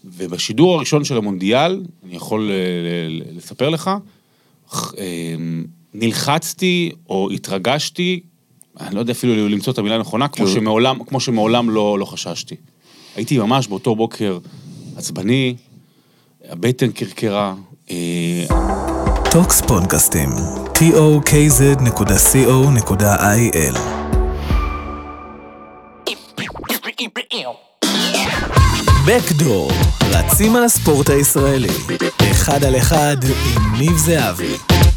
ובשידור הראשון של המונדיאל, אני יכול לספר לך, נלחצתי או התרגשתי, אני לא יודע אפילו למצוא את המילה הנכונה, כמו שמעולם לא חששתי. הייתי ממש באותו בוקר עצבני, הבטן קרקרה. טוקס פודקאסטים, tokz.co.il. בקדור, רצים על הספורט הישראלי, אחד על אחד עם ניב זהבי.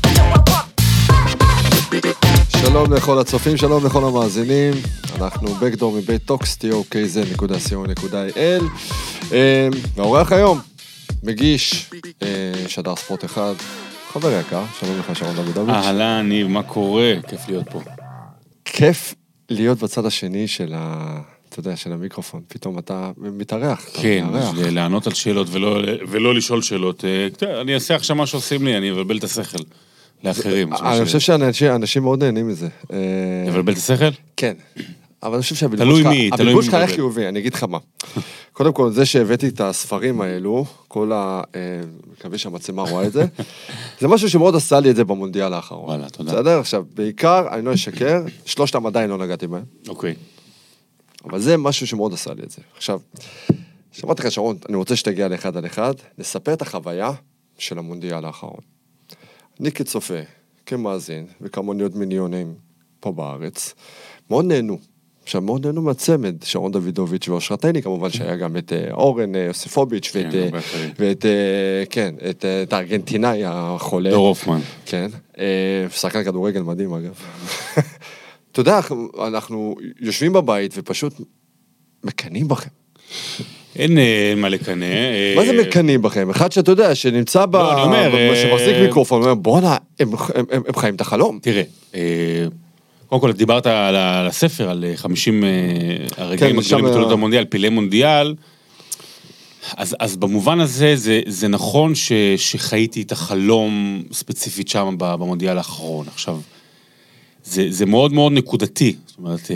שלום לכל הצופים, שלום לכל המאזינים, אנחנו בקדור מבית טוקס, tokz.co.il, והאורח היום מגיש שדר ספורט אחד, חבר יקר, שלום לך שרון דודוביץ'. אהלן ניב, מה קורה? כיף להיות פה. כיף להיות בצד השני של אתה יודע, של המיקרופון, פתאום אתה מתארח. כן, לענות על שאלות ולא לשאול שאלות. אני אעשה עכשיו מה שעושים לי, אני אבלבל את השכל לאחרים. אני חושב שאנשים מאוד נהנים מזה. אבלבל את השכל? כן. אבל אני חושב שהבלבול שלך היה חיובי, אני אגיד לך מה. קודם כל, זה שהבאתי את הספרים האלו, מקווה שהמצלמה רואה את זה, זה משהו שמאוד עשה לי את זה במונדיאל האחרון. וואלה, תודה. בסדר? עכשיו, בעיקר, אני לא אשקר, שלושתם עדיין לא נגעתי בהם. אוקיי. אבל זה משהו שמאוד עשה לי את זה. עכשיו, שמעתי לך שרון, אני רוצה שתגיע לאחד על אחד, נספר את החוויה של המונדיאל האחרון. אני כצופה, כמאזין, וכמוני עוד מיליונים פה בארץ, מאוד נהנו. עכשיו, מאוד נהנו מהצמד, שרון דודוביץ' ואושרתני, כמובן שהיה גם את אורן יוסיפוביץ' את הארגנטינאי החולה. דור הופמן. כן, שחקן כדורגל מדהים אגב. אתה יודע, אנחנו יושבים בבית ופשוט מקנים בכם. אין מה לקנה. מה זה מקנים בכם? אחד שאתה יודע, שנמצא שמחזיק מיקרופון, אומר, בוא'נה, הם חיים את החלום. תראה, קודם כל, דיברת על הספר, על 50 הרגעים הגדולים בתולדות המונדיאל, פילי מונדיאל, אז במובן הזה, זה נכון שחייתי את החלום ספציפית שם במונדיאל האחרון. עכשיו, זה מאוד מאוד נקודתי. זאת אומרת,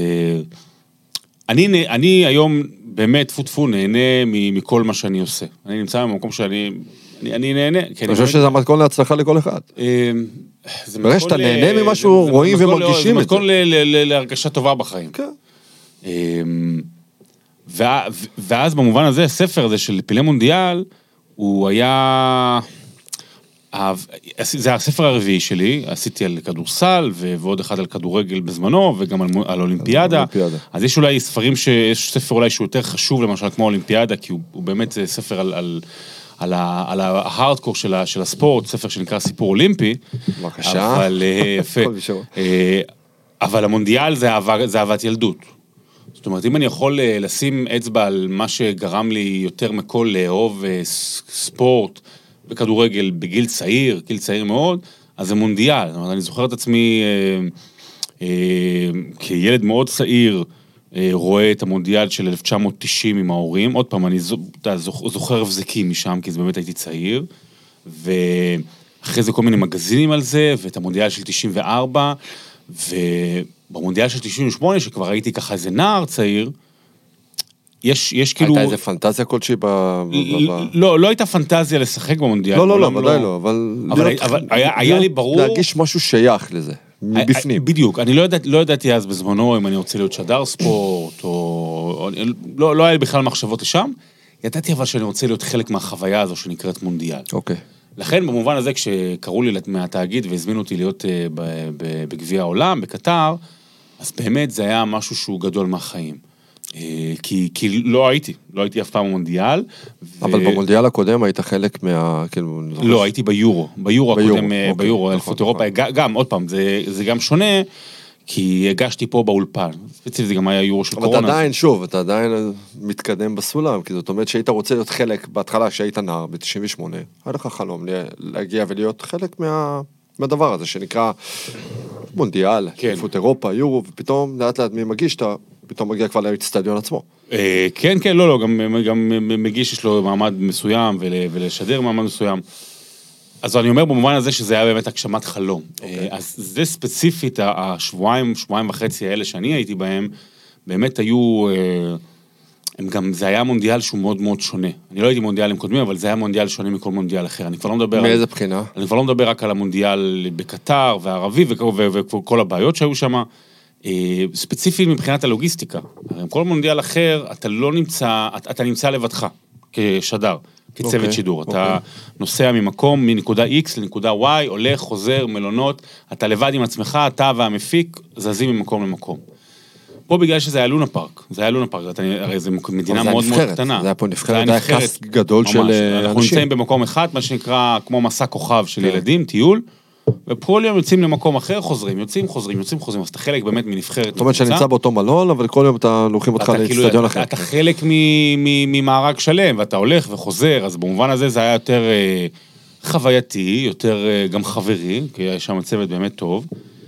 אני היום באמת פוטפו נהנה מכל מה שאני עושה. אני נמצא במקום שאני נהנה. אני חושב שזה המתכון להצלחה לכל אחד. ברגע שאתה נהנה ממשהו, רואים ומרגישים את זה. זה מתכון להרגשה טובה בחיים. ואז במובן הזה, הספר הזה של פילי מונדיאל, הוא היה... זה הספר הרביעי שלי, עשיתי על כדורסל, ועוד אחד על כדורגל בזמנו, וגם על אולימפיאדה. אז יש אולי ספרים יש ספר אולי שהוא יותר חשוב, למשל כמו אולימפיאדה, כי הוא באמת ספר על ההארדקור של הספורט, ספר שנקרא סיפור אולימפי. בבקשה. אבל המונדיאל זה אהבת ילדות. זאת אומרת, אם אני יכול לשים אצבע על מה שגרם לי יותר מכל לאהוב ספורט, בכדורגל בגיל צעיר, גיל צעיר מאוד, אז זה מונדיאל. זאת אומרת, אני זוכר את עצמי כילד מאוד צעיר, רואה את המונדיאל של 1990 עם ההורים. עוד פעם, אני זוכר הבזקים משם, כי זה באמת הייתי צעיר, ואחרי זה כל מיני מגזינים על זה, ואת המונדיאל של 94, ובמונדיאל של 98, שכבר הייתי ככה איזה נער צעיר, יש כאילו... הייתה איזה פנטזיה כלשהי לא הייתה פנטזיה לשחק במונדיאל. לא, ודאי לא, אבל היה לי ברור... להרגיש משהו שייך לזה, מבפנים. בדיוק, אני לא ידעתי אז בזמנו אם אני רוצה להיות שדר ספורט, או... לא היה לי בכלל מחשבות לשם, ידעתי אבל שאני רוצה להיות חלק מהחוויה הזו שנקראת מונדיאל. אוקיי. לכן במובן הזה, כשקראו לי מהתאגיד והזמינו אותי להיות בגביע העולם, בקטר, אז באמת זה היה משהו שהוא גדול מהחיים. כי לא הייתי אף פעם במונדיאל. אבל במונדיאל הקודם היית חלק לא, הייתי ביורו הקודם, ביורו, אליפות אירופה, גם, עוד פעם, זה גם שונה, כי הגשתי פה באולפן, ספציפית זה גם היה יורו של קורונה. אבל אתה עדיין מתקדם בסולם, כי זאת אומרת שהיית רוצה להיות חלק, בהתחלה שהיית נער, ב-98, היה לך חלום להגיע ולהיות חלק מהדבר הזה, שנקרא מונדיאל, אליפות אירופה, יורו, ופתאום לאט לאט מי מגיש אתה, פתאום מגיע כבר לאצטדיון עצמו. כן, לא, גם מגיש יש לו מעמד מסוים, ולשדר מעמד מסוים. אז אני אומר במובן הזה שזה היה באמת הגשמת חלום. אז זה ספציפית, שבועיים וחצי האלה שאני הייתי בהם, באמת זה היה מונדיאל שהוא מאוד מאוד שונה. אני לא הייתי מונדיאלים קודמים, אבל זה היה מונדיאל שונה מכל מונדיאל אחר. אני כבר לא מדבר... מאיזה בחינה? אני כבר לא מדבר רק על המונדיאל בקטר והערבי וכל הבעיות שהיו שם. ספציפית מבחינת הלוגיסטיקה. כל מונדיאל אחר, אתה לא נמצא, אתה נמצא לבדך, כשדר, כצוות שידור. אתה נוסע ממקום, מנקודה X לנקודה Y, הולך, חוזר, מלונות, אתה לבד עם עצמך, אתה והמפיק, זזים ממקום למקום. פה בגלל שזה היה לונה פארק, הרי זו מדינה מאוד מאוד קטנה. זה היה פה נבחרת, זה היה קאסט גדול של אנשים. אנחנו נמצאים במקום אחד, מה שנקרא כמו מסע כוכב של ילדים, טיול, וכל יום יוצאים למקום אחר, חוזרים, יוצאים, אז אתה חלק באמת מנבחרת. זאת אומרת שאני נמצא באותו מלון, אבל כל יום אתה לוקחים אותך לאצטדיון אחר. אתה חלק ממארג שלם, ואתה הולך וחוזר, אז במובן הזה זה היה יותר חווייתי, יותר גם חברי, כי היה שם צוות באמת טוב,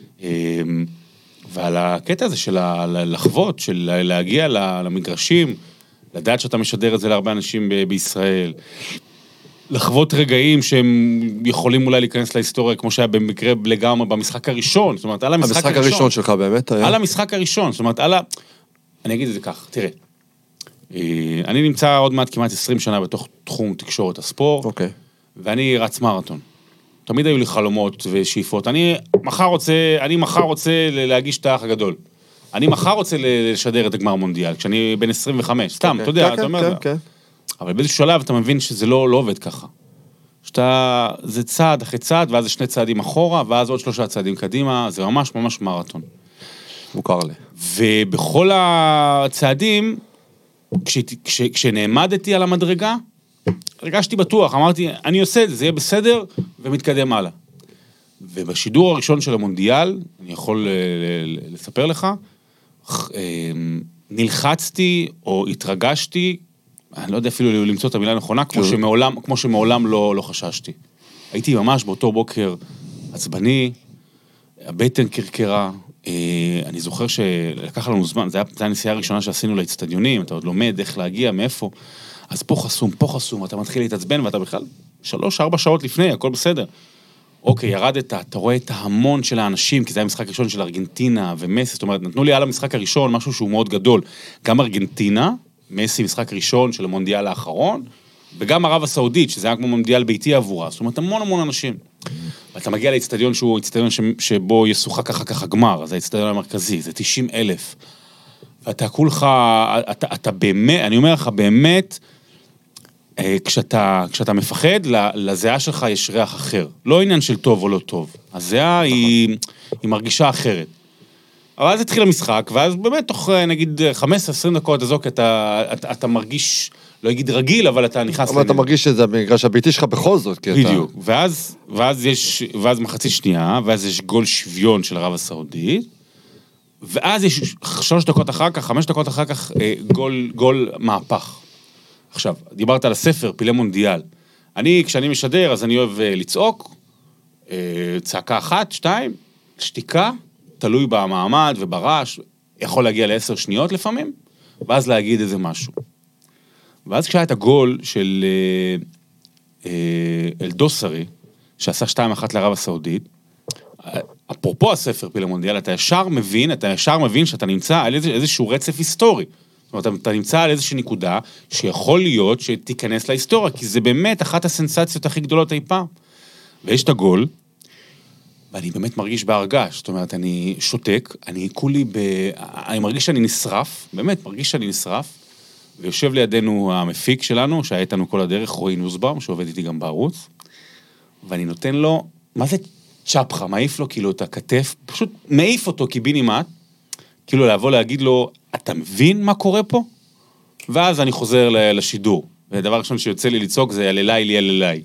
ועל הקטע הזה של לחוות, של להגיע למגרשים, לדעת שאתה משדר את זה להרבה אנשים בישראל, לחוות רגעים שהם יכולים אולי להיכנס להיסטוריה, כמו שהיה במקרה לגמרי במשחק הראשון, זאת אומרת, על המשחק הראשון שלך באמת היה? על המשחק הראשון, זאת אומרת, אני אגיד את זה כך, תראה, אני נמצא עוד מעט כמעט 20 שנה בתוך תחום תקשורת הספורט, ואני רץ מרתון. תמיד היו לי חלומות ושאיפות. אני מחר רוצה להגיש את האח הגדול. אני מחר רוצה לשדר את הגמר מונדיאל, כשאני בן 25, סתם, אתה יודע, אתה אומר, אבל באיזשהו שלב אתה מבין שזה לא עובד ככה. זה צעד אחרי צעד, ואז זה 2 צעדים אחורה, ואז עוד 3 צעדים קדימה, זה ממש ממש מרתון. מוכר לי. ובכל הצעדים, כשנעמדתי על המדרגה, הרגשתי בטוח, אמרתי, אני עושה את זה, זה יהיה בסדר, ומתקדם הלאה. ובשידור הראשון של המונדיאל, אני יכול לספר לך, נלחצתי או התרגשתי, אני לא יודע אפילו למצוא את המילה הנכונה, כמו שמעולם לא חששתי. הייתי ממש באותו בוקר עצבני, הבטן קרקרה, אני זוכר שלקח לנו זמן, זה היה הנסיעה הראשונה שעשינו לאצטדיונים, אתה עוד לומד איך להגיע, מאיפה, אז פה חסום, אתה מתחיל להתעצבן, ואתה בכלל 3-4 שעות לפני, הכל בסדר. אוקיי, ירדת, אתה רואה את ההמון של האנשים, כי זה היה משחק ראשון של ארגנטינה ומסי, זאת אומרת, נתנו לי על המשחק הראשון משהו שהוא מאוד גדול, גם ארגנטינה, מסי משחק ראשון של המונדיאל האחרון, וגם ערב הסעודית, שזה היה כמו מונדיאל ביתי עבורה, זאת אומרת, המון אנשים. ואתה מגיע לאצטדיון שהוא אצטדיון שבו ישוחק ככה גמר, אז האצטדיון המרכזי, זה 90,000. ואתה כולך, אתה באמת, אני אומר לך, באמת, כשאתה מפחד, לזיעה שלך יש ריח אחר. לא עניין של טוב או לא טוב. הזיעה היא מרגישה אחרת. אבל אז התחיל המשחק, ואז באמת תוך נגיד 15-20 דקות, אז אוקיי, אתה מרגיש, לא אגיד רגיל, אבל אתה נכנס... אבל אתה מרגיש שזה המגרש הביתי שלך בכל זאת, כי אתה... בדיוק. ואז מחצית שנייה, ואז יש גול שוויון של ערב הסעודית, ואז יש 3 דקות אחר כך, 5 דקות אחר כך, גול מהפך. עכשיו, דיברת על הספר, פילי מונדיאל. כשאני משדר, אז אני אוהב לצעוק, צעקה 1, 2, שתיקה, תלוי במעמד וברעש, יכול להגיע ל10 שניות לפעמים, ואז להגיד איזה משהו. ואז כשהיה את הגול של אלדוסרי, שעשה 2-1 לערב הסעודית, אפרופו הספר פילי מונדיאל, אתה ישר מבין שאתה נמצא על איזשהו רצף היסטורי. זאת אומרת, אתה נמצא על איזושהי נקודה שיכול להיות שתיכנס להיסטוריה, כי זה באמת אחת הסנסציות הכי גדולות אי פעם. ויש את הגול, ואני באמת מרגיש בהרגש, זאת אומרת, אני שותק, אני מרגיש שאני נשרף, באמת מרגיש שאני נשרף, ויושב לידינו המפיק שלנו, שהיה איתנו כל הדרך, רועי נוסבאום, שעובד איתי גם בערוץ, ואני נותן לו, מה זה צ'פחה, מעיף לו כאילו את הכתף, פשוט מעיף אותו קיבינימט, כאילו לבוא להגיד לו, אתה מבין מה קורה פה? ואז אני חוזר לשידור. והדבר ראשון שיוצא לי לצעוק זה ילליי לי ילליי.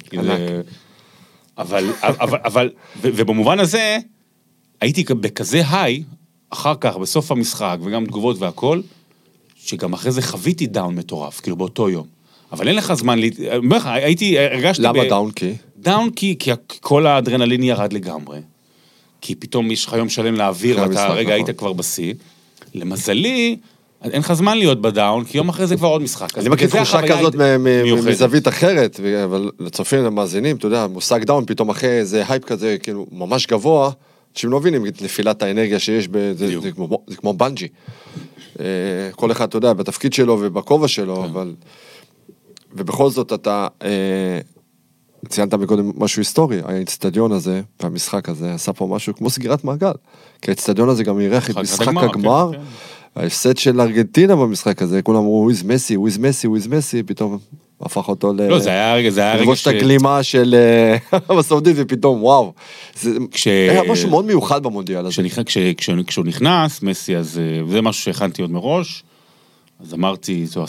אבל, ובמובן הזה, הייתי בכזה היי, אחר כך, בסוף המשחק, וגם תגובות והכל, שגם אחרי זה חוויתי דאון מטורף, כאילו באותו יום. אבל אין לך זמן, הרגשתי... למה דאון כי? דאון כי כל האדרנלין ירד לגמרי. כי פתאום יש לך יום שלם להעביר, ואתה רגע היית כבר בשיא. למזלי, אין לך זמן להיות בדאון, כי יום אחרי זה כבר עוד משחק. אני מכיר תחושה כזאת מזווית אחרת, אבל לצופים למאזינים, אתה יודע, מושג דאון, פתאום אחרי איזה הייפ כזה, כאילו, ממש גבוה, שהם לא מבינים את נפילת האנרגיה שיש, זה כמו בנג'י. כל אחד, אתה יודע, בתפקיד שלו ובכובע שלו, אבל... ובכל זאת אתה... ציינת מקודם משהו היסטורי, האצטדיון הזה, והמשחק הזה, עשה פה משהו כמו סגירת מעגל. כי האצטדיון הזה גם אירח את משחק הגמר, ההפסד של ארגנטינה במשחק הזה, כולם אמרו, הוא איז מסי, הוא איז מסי, הוא איז מסי, פתאום הפך אותו לא, זה היה רגע לבוש את הגלימה של הסעודית, ופתאום, וואו. היה משהו מאוד מיוחד במונדיאל הזה. כשהוא נכנס, מסי, אז זה משהו שהכנתי עוד מראש, אז אמרתי, זו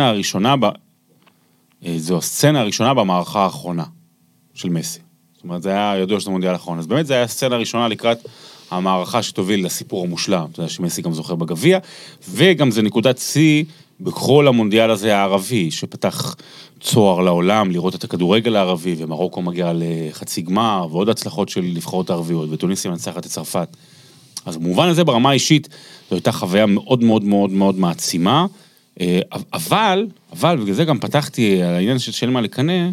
הסצנה הראשונה במערכה האחרונה של מסי. זאת אומרת, זה היה ידוע שזה מונדיאל האחרון. אז באמת זה היה הסצנה הראשונה לקראת המערכה שתוביל לסיפור המושלם. אתה יודע שמסי גם זוכר בגביע, וגם זה נקודת שיא בכל המונדיאל הזה הערבי, שפתח צוהר לעולם, לראות את הכדורגל הערבי, ומרוקו מגיע לחצי גמר, ועוד הצלחות של נבחרות הערביות, וטוניסיה מנצחת את צרפת. אז במובן הזה, ברמה האישית, זו הייתה חוויה מאוד מאוד מאוד מאוד מעצימה, אבל, בגלל זה גם פתחתי על העניין של מה לקנה,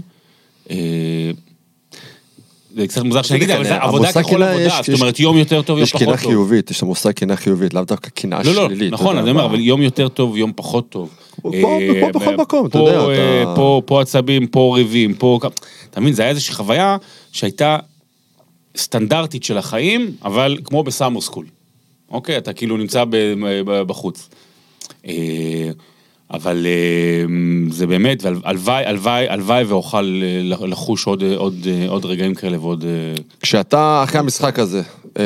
זה קצת מוזר שאני אגיד, אבל זה עבודה ככל עבודה, זאת אומרת, יום יותר טוב, יום פחות טוב. יש קינה חיובית, יש למושג קינה חיובית, לאו דווקא קינה שלילית. נכון, אני אומר, אבל יום יותר טוב, יום פחות טוב. פה בכל מקום, אתה יודע. פה עצבים, פה ריבים, פה... אתה מבין, זה היה איזושהי חוויה שהייתה סטנדרטית של החיים, אבל כמו בסאמר סקול. אוקיי, אתה כאילו נמצא בחוץ. אבל זה באמת, הלוואי ואוכל לחוש עוד רגעים כאלה ועוד... כשאתה אחרי המשחק הזה,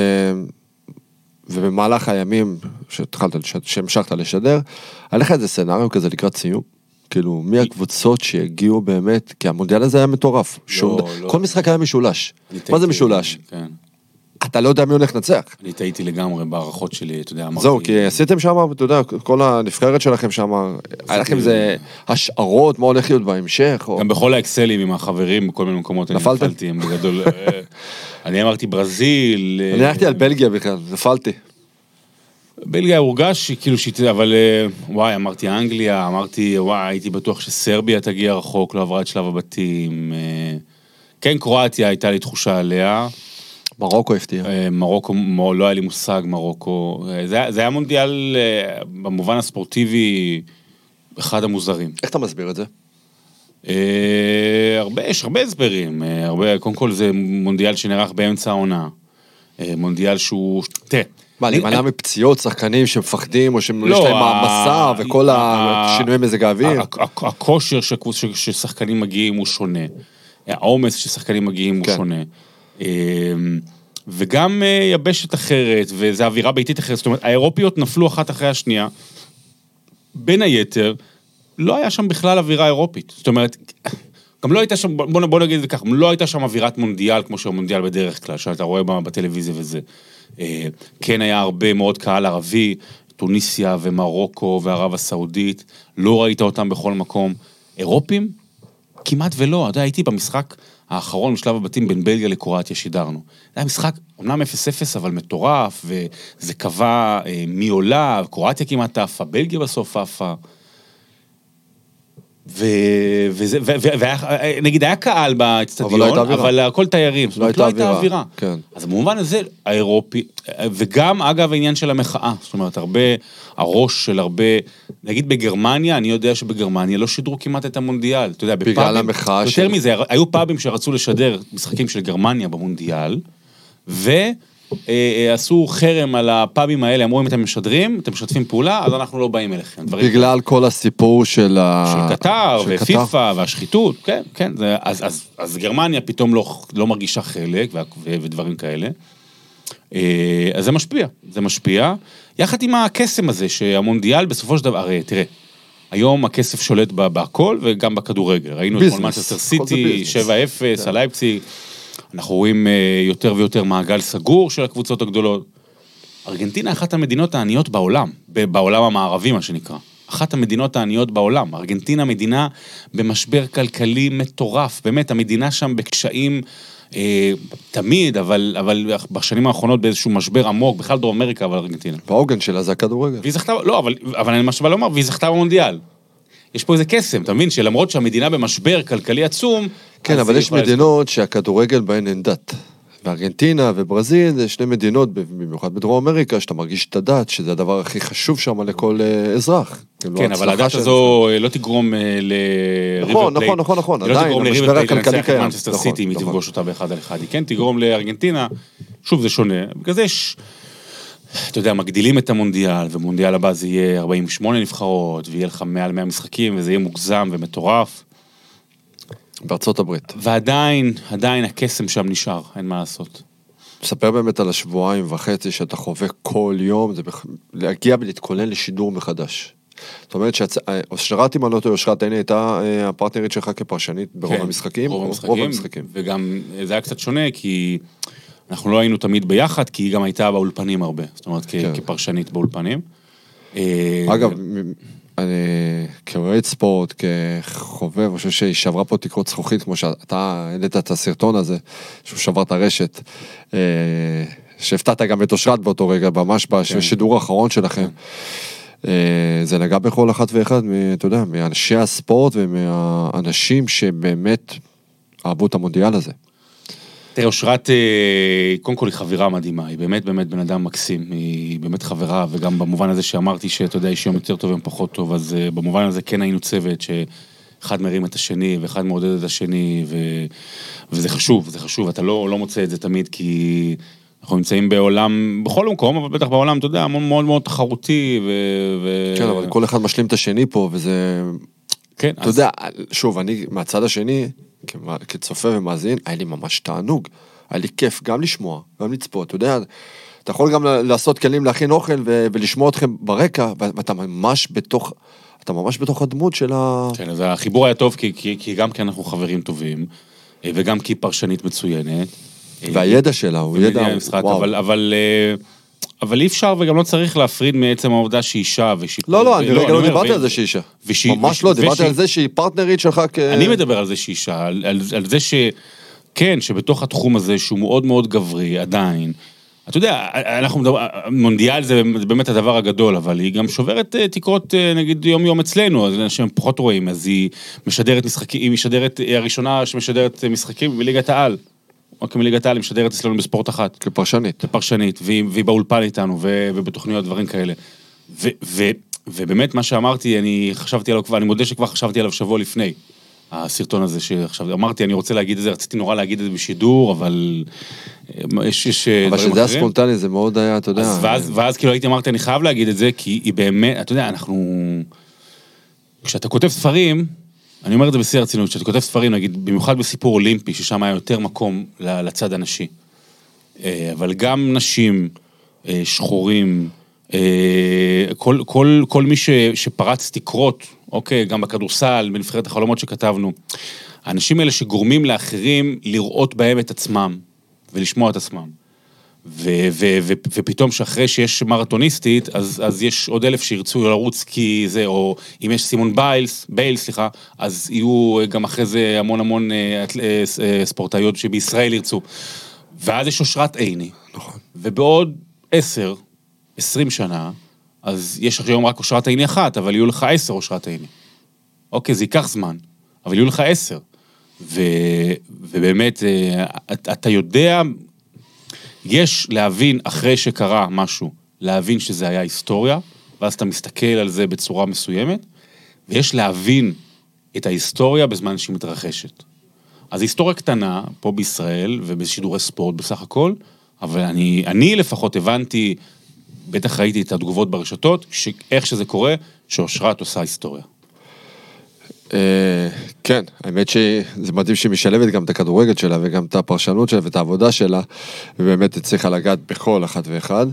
ובמהלך הימים שהמשכת לשדר, עליך איזה סנריו כזה לקראת סיום? כאילו, מי הקבוצות שהגיעו באמת, כי המונדיאל הזה היה מטורף. כל משחק היה משולש. מה זה משולש? כן. אתה לא יודע מי הולך לנצח. אני טעיתי לגמרי בערכות שלי, אתה יודע, אמרתי... זהו, כי עשיתם שם, אתה יודע, כל הנבחרת שלכם שם, היה לכם זה השערות, מה הולך להיות בהמשך? גם בכל האקסלים עם החברים, בכל מיני מקומות, אני נפלתי, הם בגדול... אני אמרתי ברזיל... אני הלכתי על בלגיה בכלל, נפלתי. בלגיה הורגש, כאילו אבל וואי, אמרתי אנגליה, אמרתי, וואי, הייתי בטוח שסרביה תגיע רחוק, לא עברה את שלב הבתים. כן, קרואטיה הייתה לי תחושה עליה. מרוקו הפתיע. מרוקו, לא היה לי מושג מרוקו. זה היה מונדיאל, במובן הספורטיבי, אחד המוזרים. איך אתה מסביר את זה? יש הרבה הסברים. קודם כל זה מונדיאל שנערך באמצע העונה. מונדיאל שהוא... תראה. מה, להימנע מפציעות, שחקנים שמפחדים, או שיש להם מסע, וכל השינוי מזג האוויר? הכושר ששחקנים מגיעים הוא שונה. העומס ששחקנים מגיעים הוא שונה. וגם יבשת אחרת, וזו אווירה ביתית אחרת, זאת אומרת, האירופיות נפלו אחת אחרי השנייה, בין היתר, לא היה שם בכלל אווירה אירופית, זאת אומרת, גם לא הייתה שם, בוא נגיד את זה כך, לא הייתה שם אווירת מונדיאל, כמו שהמונדיאל בדרך כלל, שאתה רואה בטלוויזיה וזה, כן היה הרבה מאוד קהל ערבי, טוניסיה ומרוקו וערב הסעודית, לא ראית אותם בכל מקום, אירופים, כמעט ולא, אתה יודע, הייתי במשחק האחרון בשלב הבתים בין בלגיה לקרואטיה שידרנו. זה היה משחק, אמנם 0-0, אבל מטורף, וזה קבע מי עולה, קרואטיה כמעט עפה, בלגיה בסוף עפה. נגיד, היה קהל באצטדיון, אבל הכל תיירים, זאת אומרת, לא הייתה אווירה. אז במובן הזה, האירופי, וגם, אגב, העניין של המחאה, זאת אומרת, הרבה, הראש של הרבה, נגיד בגרמניה, אני יודע שבגרמניה לא שידרו כמעט את המונדיאל, אתה יודע, בגלל המחאה יותר מזה, היו פאבים שרצו לשדר משחקים של גרמניה במונדיאל, עשו חרם על הפאבים האלה, אמרו אם אתם משדרים, אתם משתפים פעולה, אז אנחנו לא באים אליכם. בגלל כל הסיפור של קטר ופיפה והשחיתות, כן, כן, אז גרמניה פתאום לא מרגישה חלק ודברים כאלה. אז זה משפיע, יחד עם הקסם הזה שהמונדיאל בסופו של דבר, הרי תראה, היום הכסף שולט בהכל וגם בכדורגל, ראינו את מנצ'סטר סיטי, 7-0, הלייפציג, אנחנו רואים יותר ויותר מעגל סגור של הקבוצות הגדולות. ארגנטינה אחת המדינות העניות בעולם, בעולם המערבי מה שנקרא. אחת המדינות העניות בעולם. ארגנטינה מדינה במשבר כלכלי מטורף. באמת, המדינה שם בקשיים תמיד, אבל בשנים האחרונות באיזשהו משבר עמוק, בכלל דרום אמריקה, אבל ארגנטינה. והעוגן שלה זה הכדורגל. והיא זכתה, לא, אבל אני משווה לומר, והיא זכתה במונדיאל. יש פה איזה קסם, אתה מבין? שלמרות שהמדינה במשבר כלכלי עצום... כן, אבל יש מדינות שהכדורגל בהן אין דת. וארגנטינה וברזיל זה שני מדינות, במיוחד בדרום אמריקה, שאתה מרגיש את הדת, שזה הדבר הכי חשוב שם לכל אזרח. כן, אבל הדת הזו לא תגרום לריבר פלייט. נכון. היא לא תגרום לריבר פלייט לנצח את מנצ'סטר סיטי, אם היא תפגוש אותה באחד על אחד. היא כן תגרום לארגנטינה, שוב זה שונה, בגלל זה יש, אתה יודע, מגדילים את המונדיאל, ומונדיאל הבא זה יהיה 48 נבחרות, ויהיה לך מעל 100 משחקים, וזה יהיה מוגזם ומטורף. בארצות הברית. ועדיין הקסם שם נשאר, אין מה לעשות. תספר באמת על השבועיים וחצי שאתה חווה כל יום, זה להגיע ולהתכונן לשידור מחדש. זאת אומרת שאושרת עם הנוטו, אושרת הנה הייתה הפרטנרית שלך כפרשנית ברוב המשחקים. רוב המשחקים. וגם זה היה קצת שונה, כי אנחנו לא היינו תמיד ביחד, כי היא גם הייתה באולפנים הרבה. זאת אומרת, כפרשנית באולפנים. אגב, אני כאוהד ספורט, כחובב, אני חושב שהיא שברה פה תקרות זכוכית, כמו שאתה העלית את הסרטון הזה, שהוא שבר את הרשת, שהפתעת גם את אושרת באותו רגע, ממש בשידור האחרון שלכם. זה נגע בכל אחת ואחד, אתה יודע, מאנשי הספורט ומהאנשים שבאמת אהבו את המונדיאל הזה. תראה, אושרת, קודם כל היא חברה מדהימה, היא באמת בן אדם מקסים, היא באמת חברה, וגם במובן הזה שאמרתי שאתה יודע, יש יום יותר טוב ופחות טוב, אז במובן הזה כן היינו צוות, שאחד מרים את השני, ואחד מעודד את השני, וזה חשוב, זה חשוב, אתה לא מוצא את זה תמיד, כי אנחנו נמצאים בעולם, בכל מקום, אבל בטח בעולם, אתה יודע, מאוד מאוד תחרותי, כן, אבל כל אחד משלים את השני פה, וזה, כן, אתה יודע, שוב, אני מהצד השני, כצופה ומאזין, היה לי ממש תענוג, היה לי כיף גם לשמוע, גם לצפות, אתה יודע, אתה יכול גם לעשות כלים להכין אוכל ולשמוע אתכם ברקע, ואתה ממש בתוך הדמות של כן, אז החיבור היה טוב, כי גם כי אנחנו חברים טובים, וגם כי פרשנית מצוינת. והידע שלה, הוא ידע, וואו. אבל אי אפשר וגם לא צריך להפריד מעצם העובדה שהיא אישה לא, אני רגע לא דיברתי על זה שהיא אישה. ממש לא, דיברתי על זה שהיא פרטנרית שלך אני מדבר על זה שהיא אישה, על זה שכן, שבתוך התחום הזה שהוא מאוד מאוד גברי, עדיין, אתה יודע, מונדיאל זה באמת הדבר הגדול, אבל היא גם שוברת תקרות, נגיד, יום אצלנו, אז אנשים פחות רואים, אז היא משדרת משחקים, היא משדרת, הראשונה שמשדרת משחקים בליגת העל. או כמליגת העל, היא משדרת אצלנו בספורט אחת. כפרשנית, והיא באולפן איתנו, ובתוכניות דברים כאלה. ובאמת מה שאמרתי, אני חשבתי עליו כבר, אני מודה שכבר חשבתי עליו שבוע לפני, הסרטון הזה שעכשיו, אמרתי, אני רוצה להגיד את זה, רציתי נורא להגיד את זה בשידור, אבל יש דברים אחרים. אבל שזה היה ספונטני, זה מאוד היה, אתה יודע. ואז כאילו הייתי אמרתי, אני חייב להגיד את זה, כי היא באמת, אתה יודע, כשאתה כותב ספרים, אני אומר את זה בשיא הרצינות, כשאתה כותב ספרים, נגיד, במיוחד בסיפור אולימפי, ששם היה יותר מקום לצד הנשי. אבל גם נשים, שחורים, כל מי שפרץ תקרות, אוקיי, גם בכדורסל, בנבחרת החלומות שכתבנו, האנשים האלה שגורמים לאחרים לראות בהם את עצמם, ולשמוע את עצמם. ופתאום שאחרי שיש מרתוניסטית, אז יש עוד 1,000 שירצו לרוץ כי זה, או אם יש סימון בייל, אז יהיו גם אחרי זה המון ספורטאיות שבישראל ירצו. ואז יש אושרת עיני. נכון. ובעוד 10-20 שנה, אז יש היום רק אושרת עיני אחת, אבל יהיו לך 10 אושרת עיני. אוקיי, זה ייקח זמן, אבל יהיו לך 10. ובאמת, אתה יודע, יש להבין אחרי שקרה משהו, להבין שזה היה היסטוריה, ואז אתה מסתכל על זה בצורה מסוימת, ויש להבין את ההיסטוריה בזמן שהיא מתרחשת. אז היסטוריה קטנה, פה בישראל, ובשידורי ספורט בסך הכל, אבל אני לפחות הבנתי, בטח ראיתי את התגובות ברשתות, איך שזה קורה, שאושרת עושה היסטוריה. כן, האמת שזה מדהים שהיא משלבת גם את הכדורגל שלה, וגם את הפרשנות שלה ואת העבודה שלה, ובאמת הצליחה לגעת בכל אחת ואחד.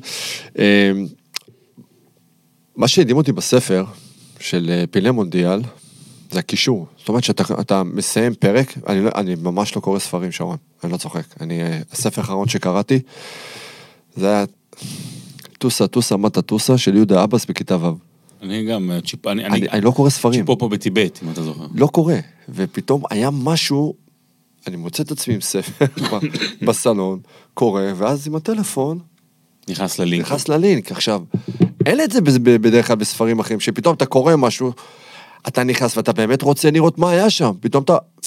מה שהדהים אותי בספר של פילי מונדיאל, זה הקישור. זאת אומרת שאתה מסיים פרק, אני ממש לא קורא ספרים, שרון, אני לא צוחק. הספר האחרון שקראתי, זה היה טוסה מטה טוסה של יהודה אבס בכיתה ו'. אני גם, אני לא קורא ספרים. צ'יפופו בטיבט, אם אתה זוכר. לא קורא, ופתאום היה משהו, אני מוצא את עצמי עם ספר בסלון, קורא, ואז עם הטלפון, נכנס ללינק. עכשיו, אין את זה בדרך כלל בספרים אחרים, שפתאום אתה קורא משהו, אתה נכנס ואתה באמת רוצה לראות מה היה שם, פתאום אתה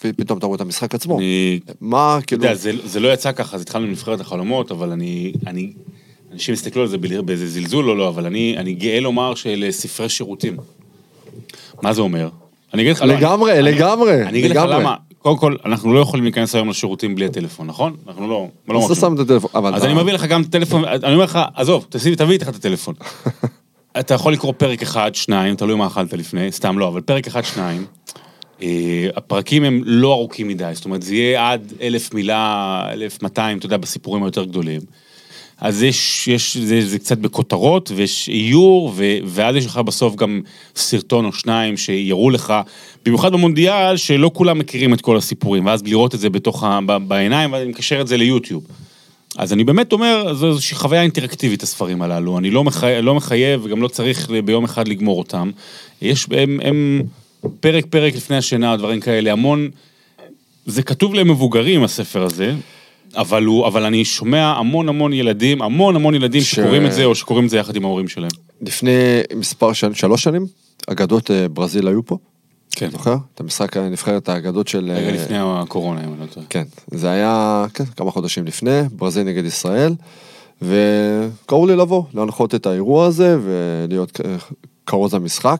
ופתאום אתה רואה את המשחק עצמו. אני... מה, כאילו... אתה יודע, זה לא יצא ככה, אז התחלנו לנבחרת החלומות, אבל אנשים הסתכלו על זה באיזה זלזול או לא, אבל אני גאה לומר של ספרי שירותים. מה זה אומר? אני אגיד לך... לגמרי. אני אגיד לך למה. קודם כל, אנחנו לא יכולים להיכנס היום לשירותים בלי הטלפון, נכון? אנחנו לא... אז אתה שם את הטלפון. אז אני מביא לך גם את הטלפון, אני אומר לך, עזוב, תביא איתך את הטלפון. אתה יכול לקרוא פרק 1, 2, תלוי מה אכלת לפני, סתם לא, אבל פרק 1, 2, הפרקים הם לא ארוכים מדי, זאת אומרת, זה יהיה עד 1,000 מילה, 1,200, אתה יודע, בסיפורים היותר גדולים. אז זה קצת בכותרות, ויש איור, ואז יש לך בסוף גם סרטון או שניים שיראו לך, במיוחד במונדיאל, שלא כולם מכירים את כל הסיפורים, ואז לראות את זה בעיניים, ואני מקשר את זה ליוטיוב. אז אני באמת אומר, זו איזושהי חוויה אינטראקטיבית, הספרים הללו, אני לא מחייב, וגם לא צריך ביום אחד לגמור אותם. הם פרק לפני דברים כאלה, המון, זה כתוב למבוגרים, הספר הזה, אבל אני שומע המון ילדים, המון ילדים שקוראים את זה, או שקוראים את זה יחד עם ההורים שלהם. לפני מספר 3 שנים, אגדות ברזיל היו פה. כן. זוכר? את המשחק הנבחרת האגדות של... רגע לפני הקורונה, אם אני לא טועה. כן, זה היה כמה חודשים לפני, ברזיל נגד ישראל, וקראו לי לבוא, להנחות את האירוע הזה, ולהיות קרוז המשחק,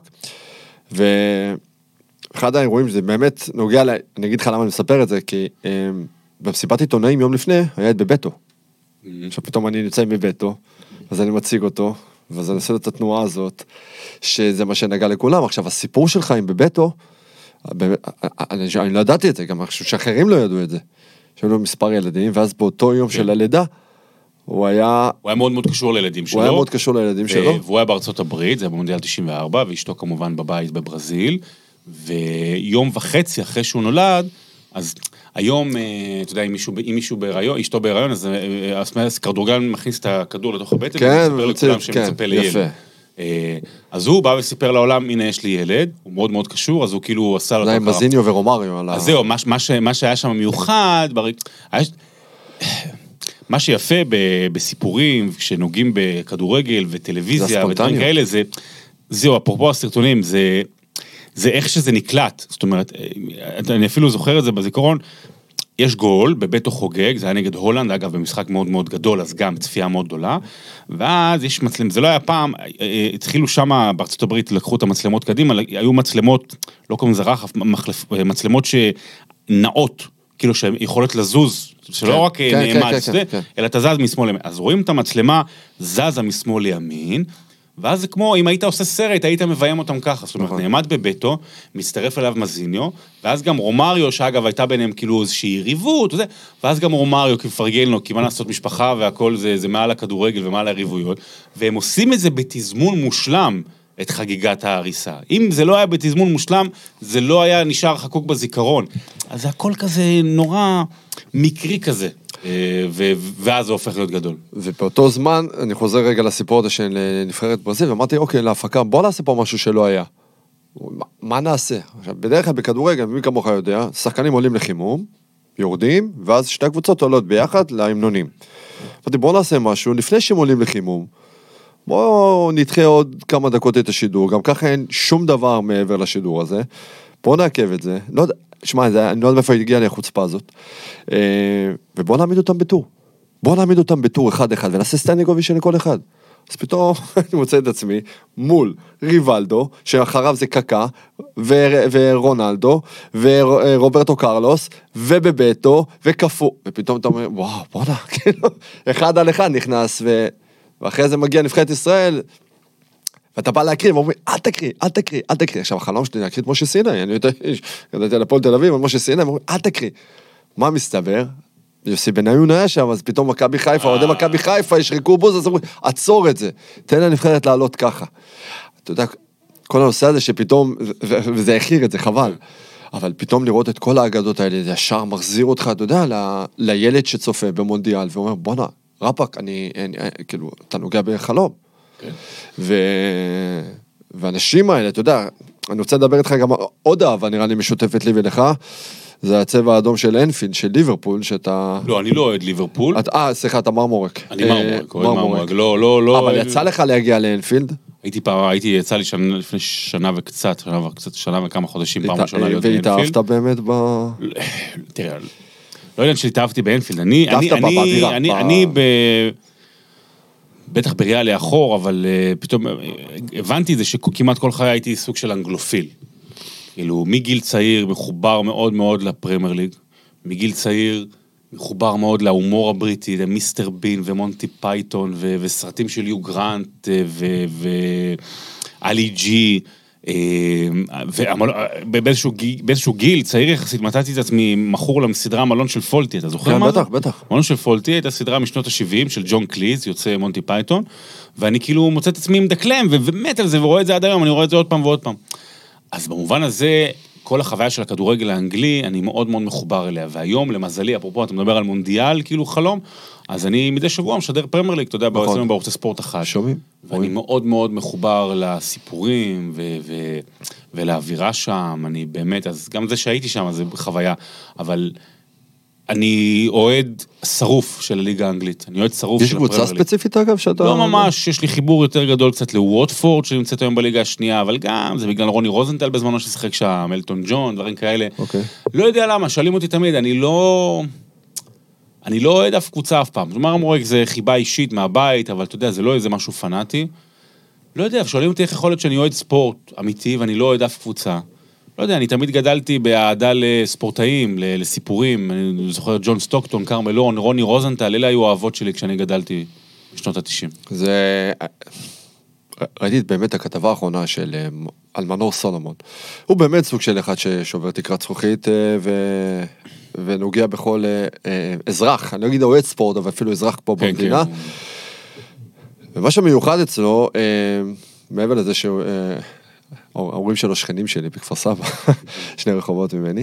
ואחד האירועים שזה באמת נוגע, אני אגיד לך למה אני מספר את זה, כי במסיבת עיתונאים יום לפני, היה את בביתו. עכשיו פתאום אני נמצא בביתו, אז אני מציג אותו, ואז אני עושה את התנועה הזאת, שזה מה שנגע לכולם. עכשיו, הסיפור שלך עם בביתו, אני לא ידעתי את זה, גם חושב שאחרים לא ידעו את זה. שהיו לו מספר ילדים, ואז באותו יום של הלידה, הוא היה מאוד מאוד קשור לילדים שלו. הוא היה מאוד קשור לילדים שלו. והוא היה בארצות הברית, זה במונדיאל 94, ואשתו כמובן בבית בברזיל, ויום וחצי אחרי שהוא נולד, אז היום, אתה יודע, אם מישהו בהיריון, אשתו בהיריון, אז קרדורגלן מכניס את הכדור לתוך הבטן, כן, לכולם שמצפה לילד. אז הוא בא וסיפר לעולם, הנה יש לי ילד, הוא מאוד מאוד קשור, אז הוא כאילו עשה לו... זה עם מזיניו ורומריו. אז זהו, מה שהיה שם מיוחד, מה שיפה בסיפורים, כשנוגעים בכדורגל וטלוויזיה ודברים כאלה, זהו, אפרופו הסרטונים, זה איך שזה נקלט, זאת אומרת, אני אפילו זוכר את זה בזיכרון, יש גול, בביתו חוגג, זה היה נגד הולנד, אגב, במשחק מאוד מאוד גדול, אז גם צפייה מאוד גדולה, ואז יש מצלמות, זה לא היה פעם, התחילו שם, בארצות הברית, לקחו את המצלמות קדימה, היו מצלמות, לא קוראים לזה רחף, מצלמות שנעות, כאילו שיכולות לזוז, שלא רק נעמד, אלא אתה זז משמאל לימין, אז רואים את המצלמה, זזה משמאל לימין, ואז זה כמו, אם היית עושה סרט, היית מביים אותם ככה, זאת אומרת, נעמד בביתו, מצטרף אליו מזיניו, ואז גם רומריו, שאגב הייתה ביניהם כאילו איזושהי יריבות, ואז גם רומריו כמפרגן לו, כי מה לעשות משפחה והכל זה מעל הכדורגל ומעל היריבויות, והם עושים את זה בתזמון מושלם, את חגיגת ההריסה. אם זה לא היה בתזמון מושלם, זה לא היה נשאר חקוק בזיכרון. אז זה הכל כזה נורא מקרי כזה. ואז זה הופך להיות גדול. ובאותו זמן, אני חוזר רגע לסיפור הזה של נבחרת ברזיל, ואמרתי, אוקיי, להפקה, בוא נעשה פה משהו שלא היה. מה נעשה? עכשיו, בדרך כלל בכדורגל, מי כמוך יודע, שחקנים עולים לחימום, יורדים, ואז שתי הקבוצות עולות ביחד להמנונים. אמרתי, בוא נעשה משהו, לפני שהם עולים לחימום, בוא נדחה עוד כמה דקות את השידור, גם ככה אין שום דבר מעבר לשידור הזה, בוא נעכב את זה, לא יודע, שמע, אני לא יודע מאיפה הגיעה לי החוצפה הזאת, ובוא נעמיד אותם בטור, בוא נעמיד אותם בטור אחד, ונעשה סטנדינג אובישן לכל אחד, אז פתאום אני מוצא את עצמי מול ריבלדו, שאחריו זה קקה, ורונלדו, ורוברטו קרלוס, ובבטו, וקפו, ופתאום אתה אומר, וואו, בוא נע, כאילו, אחד על אחד נכנס, ואחרי זה מגיע נבחרת ישראל, ואתה בא להקריא, ואומרים, אל תקריא. עכשיו, החלום שלי להקריא את משה סיני, אני ידעתי על הפועל תל אביב, על משה סיני, ואומרים, אל תקריא. מה מסתבר? יוסי בניון היה שם, אז פתאום מכבי חיפה, אוהדי מכבי חיפה, ישרקו בוז, אז אומרים, עצור את זה, תן לנבחרת לעלות ככה. אתה יודע, כל הנושא הזה שפתאום, וזה הכיר את זה, חבל. אבל פתאום לראות את כל האגדות האלה, זה ישר מחזיר אותך, אתה יודע, לילד שצופה במונדיאל, ואומר, בוא'נה, רפק, כאילו, אתה נוגע בחלום. ואנשים האלה, אתה יודע, אני רוצה לדבר איתך גם עוד אהבה, נראה לי משותפת לי ולך, זה הצבע האדום של אנפילד, של ליברפול, שאתה... לא, אני לא אוהד ליברפול. סליחה, אתה מרמורק. אני מרמורק, לא. אבל יצא לך להגיע לאנפילד? הייתי, יצא לי לפני שנה וכמה חודשים, פעם ראשונה להיות באנפילד. והתאהבת באמת תראה, לא יודע שהתאהבתי באנפילד, אני בטח בריאה לאחור, אבל פתאום הבנתי את זה שכמעט כל חיי הייתי סוג של אנגלופיל. כאילו, מגיל צעיר מחובר מאוד מאוד לפרמייר ליג, מגיל צעיר מחובר מאוד להומור הבריטי, למיסטר בין ומונטי פייתון, וסרטים של יו גרנט, ואלי ג'י, ובאיזשהו גיל צעיר יחסית, מצאתי את עצמי מכור לסדרה מלון של פולטי, אתה זוכר מה זה? בטח, בטח. מלון של פולטי הייתה סדרה משנות ה-70 של ג'ון קליז, יוצא מונטי פייתון, ואני כאילו מוצא את עצמי מדקלם, ומת על זה, ורואה את זה עד היום, אני רואה את זה עוד פעם ועוד פעם. אז במובן הזה, כל החוויה של הכדורגל האנגלי, אני מאוד מאוד מחובר אליה, והיום, למזלי, אפרופו, אתה מדבר על מונדיאל, כאילו חלום, אז אני מדי שבוע משדר פרמייר ליג, אתה יודע, בערוץ ספורט אחד. שומעים. ואני מאוד מאוד מחובר לסיפורים, ולאווירה שם, אני באמת, אז גם זה שהייתי שם, זה חוויה, אבל אני אוהד שרוף של הליגה האנגלית, אני אוהד שרוף של הפרמייר ליג. יש קבוצה ספציפית אגב שאתה... לא ממש, יש לי חיבור יותר גדול קצת לווטפורד, שנמצאת היום בליגה השנייה, אבל גם, זה בגלל רוני רוזנטל בזמנו ששיחק שם, אלטון ג'ון, דברים כאלה. לא יודע למה, שואלים אותי תמיד, אני לא אוהד אף קבוצה אף פעם. זאת אומרת, אמרו, זה חיבה אישית מהבית, אבל אתה יודע, זה לא איזה משהו פנאטי. לא יודע, שואלים אותי איך יכול להיות שאני אוהד ספורט אמיתי, ואני לא אוהד אף קבוצה. לא יודע, אני תמיד גדלתי באהדה לספורטאים, לסיפורים, אני זוכר ג'ון סטוקטון, קרמלון, רוני רוזנטל, אלה היו האהבות שלי כשאני גדלתי בשנות ה-90. ראיתי באמת הכתבה האחרונה על מנור סולומון. הוא באמת סוג של אחד ששובר תקרת זכוכית ונוגע בכל אזרח, אני לא אגיד אוהד ספורט, אבל אפילו אזרח פה במדינה. ומה שמיוחד אצלו, מעבר לזה שהוא... ההורים שלו שכנים שלי בכפר סבא, שני רחובות ממני.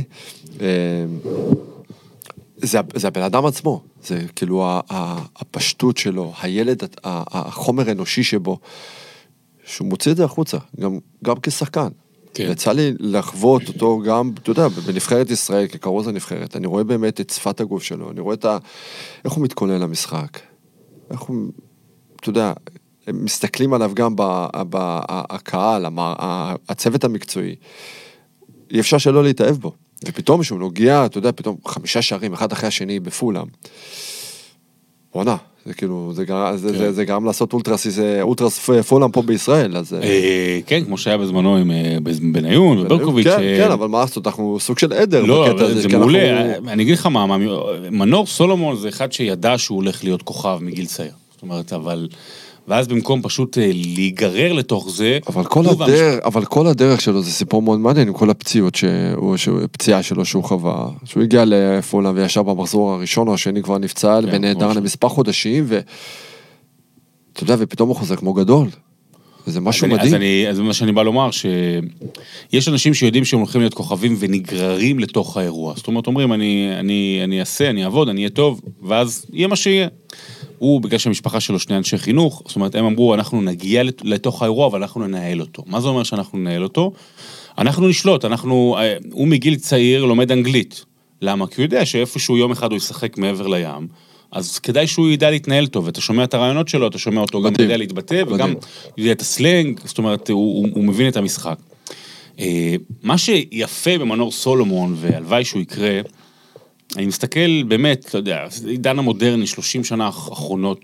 זה הבן אדם עצמו, זה כאילו הפשטות שלו, הילד, החומר האנושי שבו, שהוא מוציא את זה החוצה, גם כשחקן. יצא לי לחוות אותו גם, אתה יודע, בנבחרת ישראל, כקרוז הנבחרת, אני רואה באמת את שפת הגוף שלו, אני רואה איך הוא מתכונן למשחק, איך הוא, אתה יודע, הם מסתכלים עליו גם בקהל, הצוות המקצועי, אי אפשר שלא להתאהב בו, ופתאום שהוא נוגע, אתה יודע, פתאום 5 שערים, אחד אחרי השני בפולאם, עונה, זה כאילו, זה גרם לעשות אולטרס פולאם פה בישראל, אז... כן, כמו שהיה בזמנו עם בניון וברקוביץ'. כן, אבל מה לעשות, אנחנו סוג של עדר בקטע הזה. זה מעולה, אני אגיד לך מה, מנור סולומון זה אחד שידע שהוא הולך להיות כוכב מגיל צעיר, זאת אומרת, אבל... ואז במקום פשוט להיגרר לתוך זה... אבל כל הדרך שלו זה סיפור מאוד מעניין, עם כל הפציעות, פציעה שלו שהוא חווה, שהוא הגיע לפולאם וישב במחזור הראשון או השני כבר נפצע, ונעדר למספר חודשים, ואתה יודע, ופתאום הוא חוזר כמו גדול. וזה משהו מדהים. אז מה שאני בא לומר, שיש אנשים שיודעים שהם הולכים להיות כוכבים ונגררים לתוך האירוע. זאת אומרת, אומרים, אני אעשה, אני אעבוד, אני אהיה טוב, ואז יהיה מה שיהיה. הוא, בגלל שהמשפחה שלו 2 אנשי חינוך, זאת אומרת, הם אמרו, אנחנו נגיע לתוך האירוע, אבל אנחנו ננהל אותו. מה זה אומר שאנחנו ננהל אותו? אנחנו נשלוט, הוא מגיל צעיר לומד אנגלית. למה? כי הוא יודע שאיפשהו יום אחד הוא ישחק מעבר לים, אז כדאי שהוא ידע להתנהל טוב, ואתה שומע את הרעיונות שלו, אתה שומע אותו גם יודע להתבטא, וגם יודע את הסלנג, זאת אומרת, הוא מבין את המשחק. מה שיפה במנור סולומון, והלוואי שהוא יקרה, אני מסתכל באמת, אתה יודע, עידן המודרני, 30 שנה האחרונות,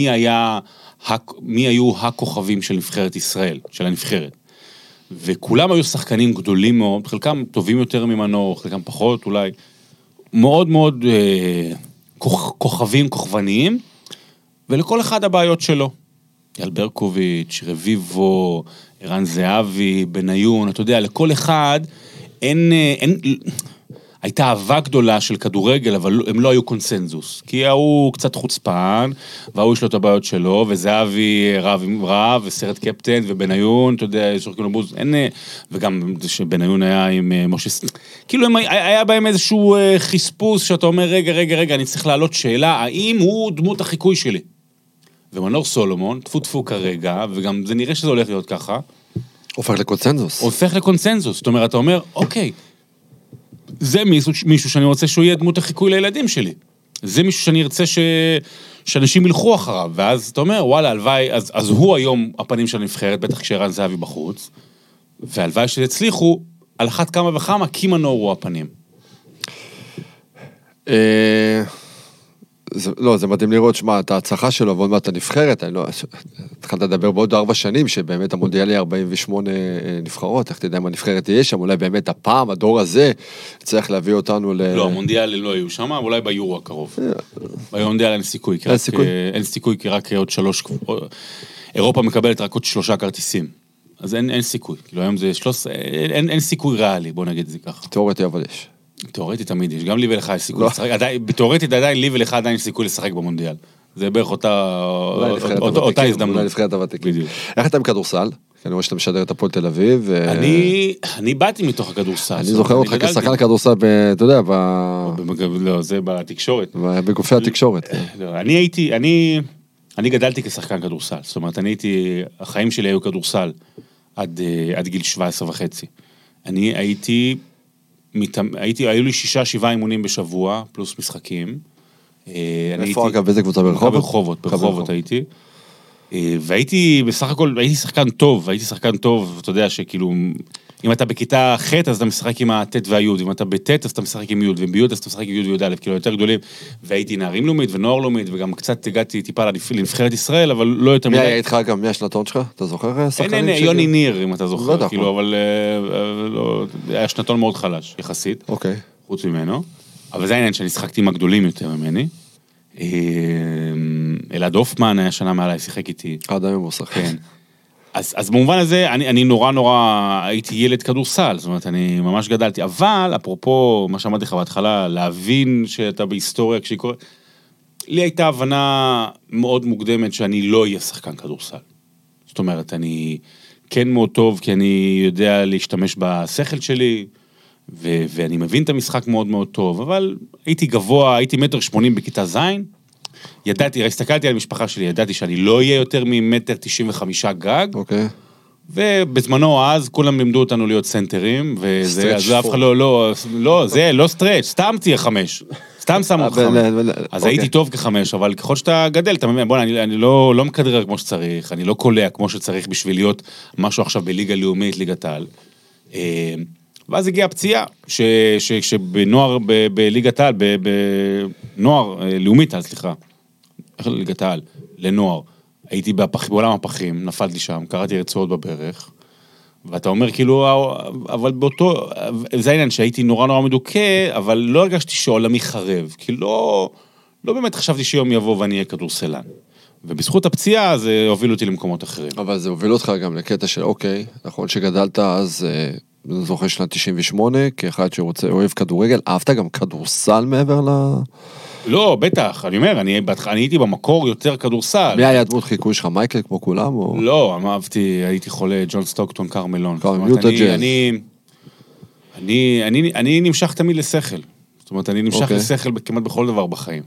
מי היו הכוכבים של נבחרת ישראל, של הנבחרת. וכולם היו שחקנים גדולים מאוד, חלקם טובים יותר ממנו, חלקם פחות אולי, מאוד מאוד כוכבים, כוכבניים, ולכל אחד הבעיות שלו. יאל ברקוביץ', רביבו, ערן זהבי, בניון, אתה יודע, לכל אחד הייתה אהבה גדולה של כדורגל, אבל הם לא היו קונסנזוס, כי הוא קצת חוצפן, והוא יש לו את הבעיות שלו, וזהבי רב, וסרט קפטן, ובניון, אתה יודע, שורקים לבוז, וגם שבניון היה עם משה, כאילו היה בהם איזשהו חספוס, שאתה אומר, רגע, אני צריך להעלות שאלה, האם הוא דמות החיקוי שלי? ומנור סולומון, טפו כרגע, וגם זה נראה שזה הולך להיות ככה. הופך לקונסנזוס. זאת אומרת, אתה אומר, אוקיי, זה מישהו שאני רוצה שהוא יהיה דמות החיקוי לילדים שלי. זה מישהו שאני ארצה שאנשים ילכו אחריו, ואז אתה אומר, וואלה, הלוואי, אז הוא היום הפנים של הנבחרת, בטח כשערן זהבי בחוץ, והלוואי שתצליחו, על אחת כמה וכמה, כי מנור הוא הפנים. לא, זה מדהים לראות, שמה, את ההצלחה שלו, ועוד מעט הנבחרת, אני לא, התחלת לדבר בעוד 4 שנים, שבאמת המונדיאל יהיה 48 נבחרות, איך תדע אם הנבחרת תהיה שם, אולי באמת הפעם, הדור הזה, צריך להביא אותנו לא, המונדיאל לא היו שם, אולי ביורו הקרוב. במונדיאל אין סיכוי. אין סיכוי, כי רק עוד 3, אירופה מקבלת רק עוד 3 כרטיסים. אז אין סיכוי. כאילו היום זה 13, אין סיכוי ריאלי, בוא נגיד את זה ככה. תיאורטי אבל יש. תיאורטית תמיד יש, גם לי ולך יש סיכוי לשחק, תיאורטית עדיין לי ולך עדיין יש סיכוי לשחק במונדיאל. זה בערך אותה הזדמנות. אולי נבחרת הוותיקים. בדיוק. איך אתה עם כדורסל? כי אני רואה שאתה משדר את הפועל תל אביב. אני באתי מתוך הכדורסל. אני זוכר אותך כשחקן כדורסל, אתה יודע, לא, זה בתקשורת. בגופי התקשורת. אני גדלתי כשחקן כדורסל, זאת אומרת, החיים שלי היו כדורסל עד גיל 17.5. אני היו לי 6-7 אימונים בשבוע, פלוס משחקים. איפה אגב, באיזה קבוצה ברחובות? ברחובות הייתי. והייתי בסך הכל, הייתי שחקן טוב, אתה יודע שכאילו, אם אתה בכיתה ח' אז אתה משחק עם הט' והיוד, אם אתה בט' אז אתה משחק עם יוד, וביוד אז אתה משחק עם יוד ויוד א', כאילו יותר גדולים, והייתי נערים לאומית ונוער לאומית, וגם קצת הגעתי טיפה לנבחרת ישראל, אבל לא יותר מי היה איתך גם, מי השנתון שלך? אתה זוכר שחקנים? אין, יוני ניר, אם אתה זוכר, כאילו, אבל היה שנתון מאוד חלש, יחסית, חוץ ממנו, אבל זה העניין שאני שחקתי עם הגדולים יותר ממני, אלעד הופמן היה שנה מעליי, שיחק איתי. עד היום הוא שחק. כן. אז במובן הזה, אני נורא הייתי ילד כדורסל, זאת אומרת, אני ממש גדלתי, אבל, אפרופו, מה שאמרתי לך בהתחלה, להבין שאתה בהיסטוריה, כשהיא קוראת, לי הייתה הבנה מאוד מוקדמת שאני לא אהיה שחקן כדורסל. זאת אומרת, אני כן מאוד טוב, כי אני יודע להשתמש בשכל שלי, ואני מבין את המשחק מאוד מאוד טוב, אבל הייתי גבוה, הייתי 1.80 בכיתה זין, ידעתי, הסתכלתי על המשפחה שלי, ידעתי שאני לא אהיה יותר מ1.95 גג, ובזמנו אז כולם לימדו אותנו להיות סנטרים, וזה, אז אף אחד לא, זה לא סטרץ', סתם תהיה 5, סתם שמו 5, אז הייתי טוב כ5, אבל ככל שאתה גדל, אתה מבין, בוא, אני לא מקדרר כמו שצריך, אני לא קולע כמו שצריך בשביל להיות משהו עכשיו בליגה לאומית, ליגת העל, ואז הגיעה הפציעה, שבנוער, בליגת העל, בנוער, לאומית, סליחה, ליגת העל, לנוער, הייתי בעולם הפחים, נפלתי שם, קראתי רצועות בברך, ואתה אומר כאילו, אבל באותו, זה העניין שהייתי נורא מדוכא, אבל לא הרגשתי שעולמי חרב, כי לא באמת חשבתי שיום יבוא ואני אהיה כדורסלן. ובזכות הפציעה זה הוביל אותי למקומות אחרים. אבל זה הוביל אותך גם לקטע של, אוקיי, נכון שגדלת אז, אני זוכר שנת 98, כאחד שרוצה, אוהב כדורגל, אהבת גם כדורסל מעבר ל... לא, בטח, אני אומר, אני הייתי במקור יותר כדורסל. מי היה דמות חיקוי שלך, מייקל כמו כולם? לא, אהבתי, הייתי חולה, ג'ון סטוקטון, קרמלון. אני נמשך תמיד לשכל. זאת אומרת, אני נמשך לשכל כמעט בכל דבר בחיים.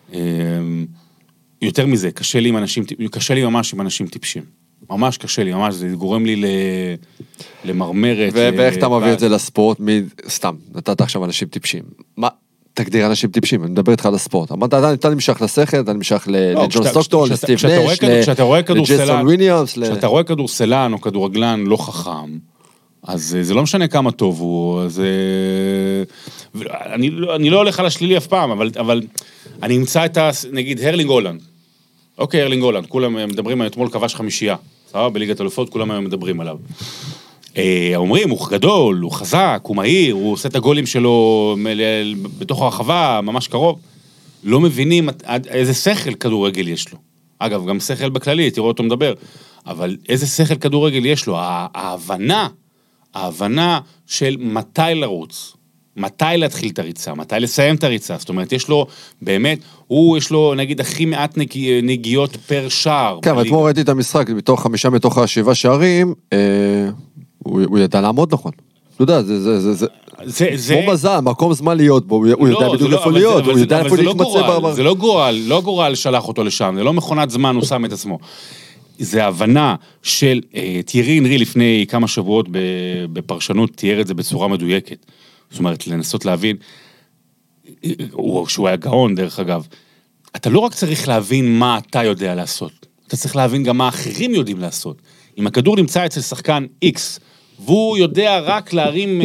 יותר מזה, קשה לי ממש עם אנשים טיפשים. ממש קשה לי, ממש, זה גורם לי למרמרת. ואיך אתה מביא את זה לספורט? סתם, נתת עכשיו אנשים טיפשים. מה? תגדיר אנשים טיפשים, אני מדבר איתך על הספורט. אמרת, אתה נמשך לשכל, אתה נמשך לג'ון סטוקטון, לסטיב נש, לג'ייסון וויליאמס. כשאתה רואה כדורסלן או כדורגלן לא חכם, אז זה לא משנה כמה טוב הוא, אני לא הולך על השלילי אף פעם, אבל אני אמצא את, נגיד, הרלינג הולנד. אוקיי, הרלינג הולנד, כולם מדברים, אתמול כבש 5, בליגת האלופות, כולם היום מדברים עליו. אומרים, הוא גדול, הוא חזק, הוא מהיר, הוא עושה את הגולים שלו בתוך הרחבה, ממש קרוב. לא מבינים איזה שכל כדורגל יש לו. אגב, גם שכל בכללי, תראו אותו מדבר. אבל איזה שכל כדורגל יש לו? ההבנה של מתי לרוץ, מתי להתחיל את הריצה, מתי לסיים את הריצה. זאת אומרת, יש לו, באמת, יש לו, נגיד, הכי מעט נגיעות פר שער. כן, אבל אתמול ראיתי את המשחק, מתוך 5 מתוך 7 שערים, הוא ידע לעמוד נכון. אתה יודע, זה כמו מזל, מקום זמן להיות בו, הוא יודע בדיוק איפה להיות, הוא יודע איפה להתמצא. זה לא גורל שלח אותו לשם, זה לא מכונת זמן, הוא שם את עצמו. זה הבנה של תיארי אנרי לפני כמה שבועות בפרשנות, תיאר את זה בצורה מדויקת. זאת אומרת, לנסות להבין, שהוא היה גאון דרך אגב, אתה לא רק צריך להבין מה אתה יודע לעשות, אתה צריך להבין גם מה אחרים יודעים לעשות. אם הכדור נמצא אצל שחקן X, והוא יודע רק להרים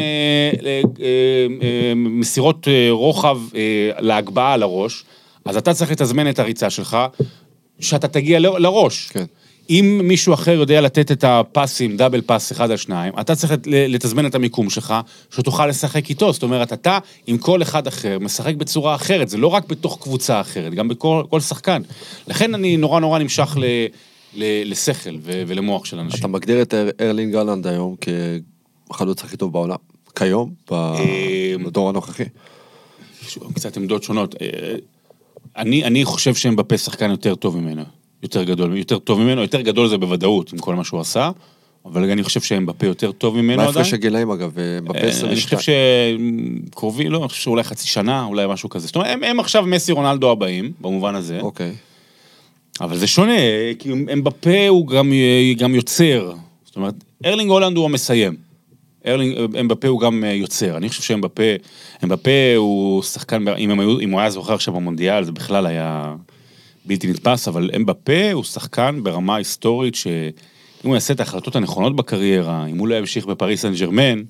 מסירות רוחב להגבהה על הראש, אז אתה צריך לתזמן את הריצה שלך, שאתה תגיע לראש. כן. אם מישהו אחר יודע לתת את הפסים, דאבל פס 1 על 2, אתה צריך לתזמן את המיקום שלך, שתוכל לשחק איתו. זאת אומרת, אתה עם כל אחד אחר משחק בצורה אחרת, זה לא רק בתוך קבוצה אחרת, גם בכל שחקן. לכן אני נורא נמשך לשכל ולמוח של אנשים. אתה מגדיר את ארלינג הולנד היום כחלוץ הכי טוב בעולם, כיום, בדור הנוכחי? קצת עמדות שונות. אני חושב שהם בפה שחקן יותר טוב ממנו. יותר גדול, יותר טוב ממנו, יותר גדול זה בוודאות עם כל מה שהוא עשה, אבל אני חושב שהם בפה יותר טוב ממנו עדיין. מה הפרש הגילאים אגב, בפה 22? אני חושב שקרובי, לא, אני חושב שאולי חצי שנה, אולי משהו כזה. זאת אומרת, הם עכשיו מסי רונלדו הבאים, במובן הזה. אוקיי. אבל זה שונה, כי הם בפה הוא גם יוצר. זאת אומרת, ארלינג הולנד הוא המסיים. הם בפה הוא גם יוצר. אני חושב שהם בפה הוא שחקן, אם הוא היה זוכר עכשיו במונדיאל, זה בכלל היה בלתי נתפס, אבל אמבפה הוא שחקן ברמה היסטורית, שאם הוא יעשה את ההחלטות הנכונות בקריירה, אם הוא לא ימשיך בפריס סן ז'רמן,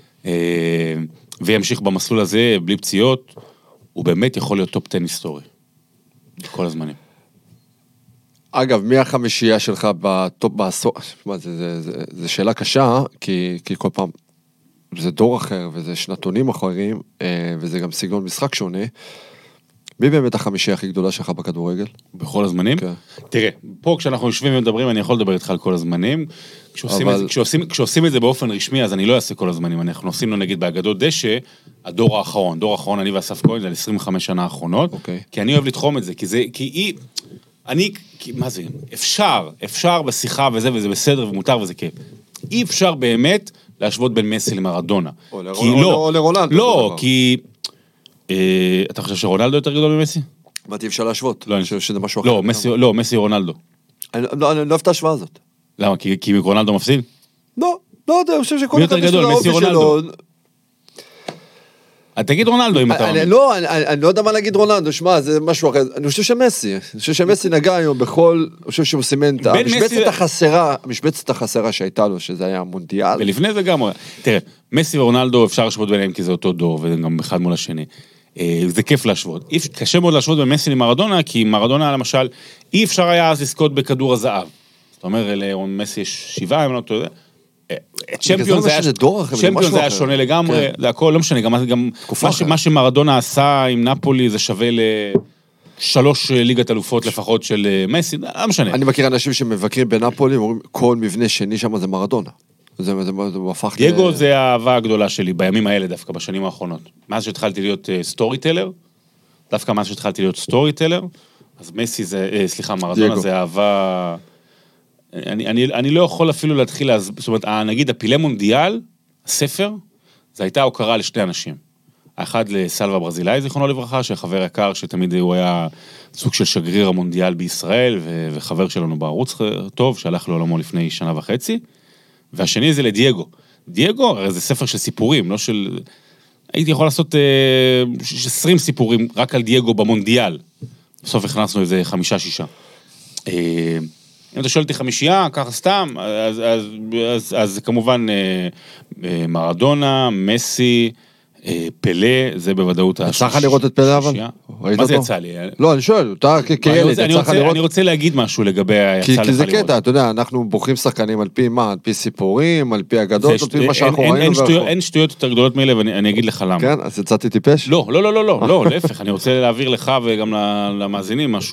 וימשיך במסלול הזה בלי פציעות, הוא באמת יכול להיות טופ 10 היסטורי. כל הזמנים. אגב, מי החמישייה שלך בטופ בעשור? זו שאלה קשה, כי כל פעם זה דור אחר, וזה שנתונים אחרים, וזה גם סגנון משחק שונה. מי באמת החמישייה הכי גדולה שלך בכדורגל? בכל הזמנים? כן. תראה, פה כשאנחנו יושבים ומדברים, אני יכול לדבר איתך על כל הזמנים. כשעושים את זה באופן רשמי, אז אני לא אעשה כל הזמנים. אנחנו עושים לו נגיד באגדות דשא, הדור האחרון. דור האחרון, אני ואסף כהן, זה על 25 שנה האחרונות. כי אני אוהב לתחום את זה, מה זה? אפשר בשיחה וזה בסדר ומותר וזה כיף. אי אפשר באמת להשוות בין מסי למרדונה. או לרונלדו. לא, כי אתה חושב שרונלדו יותר גדול ממסי? מה אי אפשר להשוות? אני חושב שזה משהו אחר. לא, מסי רונלדו. אני לא אוהב את ההשוואה הזאת. למה? כי רונלדו מפסיד? לא, אני חושב שכל אחד יש לו האופי שלו. תגיד רונלדו אם אתה... לא, אני לא יודע מה להגיד רונלדו, שמע, זה משהו אחר. אני חושב שמסי נגע היום בכל, אני חושב שהוא סימן את המשבצת החסרה שהייתה לו, שזה היה המונדיאל. ולפני זה גם, תראה, מסי ורונלדו אפשר להשוות ביניהם כי זה אותו דור, וגם אחד מול השני. זה כיף להשוות. קשה מאוד להשוות בין מסי למרדונה, כי מרדונה למשל, אי אפשר היה אז לזכות בכדור הזהב. זאת אומרת, למסי יש 7, אם לא אתה יודע. צ'מפיון זה היה שונה לגמרי, זה הכל, לא משנה, גם מה שמרדונה עשה עם נפולי זה שווה ל3 ליגת אלופות לפחות של מסי, לא משנה. אני מכיר אנשים שמבקרים בנפולי, אומרים כל מבנה שני שם זה מרדונה. דייגו זה האהבה הגדולה שלי בימים האלה דווקא, בשנים האחרונות. מאז שהתחלתי להיות סטורי טלר, דווקא מאז שהתחלתי להיות סטורי טלר, אז מסי זה, סליחה, מרדונה זה אהבה... אני לא יכול אפילו להתחיל, זאת אומרת, נגיד הפילה מונדיאל, הספר, זה הייתה הוקרה לשני אנשים. האחד לסלווה ברזילאי, זיכרונו לברכה, שחבר יקר, שתמיד הוא היה סוג של שגריר המונדיאל בישראל, וחבר שלנו בערוץ טוב, שהלך לעולמו לפני 1.5 שנה. והשני זה לדייגו. דייגו, הרי זה ספר של סיפורים, לא של... הייתי יכול לעשות 20 סיפורים רק על דייגו במונדיאל. בסוף הכנסנו איזה 5-6. אם אתה שואל אותי חמישייה, ככה סתם, אז כמובן מרדונה, מסי, פלה, זה בוודאות יצא לך לראות את פלה אבל? מה זה יצא לי? לא, אני שואל, אתה כילד, יצא לך לראות? אני רוצה להגיד משהו לגבי היצא לך לראות. כי זה קטע, אתה יודע, אנחנו בוחרים שחקנים על פי מה? על פי סיפורים, על פי אגדות, על פי מה שאנחנו ראינו. אין שטויות יותר גדולות מאלה, ואני אגיד לך למה. כן, אז יצאתי טיפש? לא, להפך, אני רוצה להעביר לך וגם למאזינים משהו.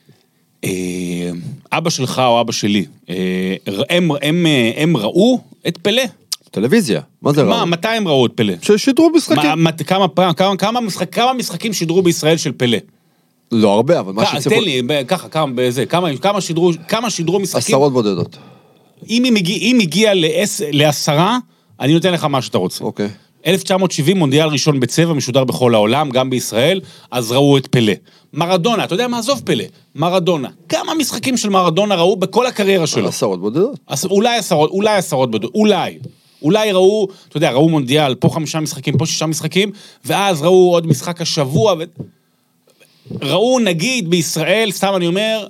אבא שלך או אבא שלי, הם ראו את פלה? טלוויזיה, מה זה ראו? מתי הם ראו את פלה? ששידרו משחקים. כמה משחקים שידרו בישראל של פלה? לא הרבה, אבל מה שציפו... תן לי, כמה שידרו משחקים? עשרות בודדות. אם הגיע ל10, אני נותן לך מה שאתה רוצה. אוקיי. 1970, מונדיאל ראשון בצבע, משודר בכל העולם, גם בישראל, אז ראו את פלה. מרדונה, אתה יודע מה? עזוב פלה. מרדונה. כמה משחקים של מרדונה ראו בכל הקריירה שלו? עשרות בודדות. אולי עשרות בודדות, אולי. אולי ראו, אתה יודע, ראו מונדיאל, פה 5 משחקים, פה 6 משחקים, ואז ראו עוד משחק השבוע, ראו נגיד בישראל, סתם אני אומר,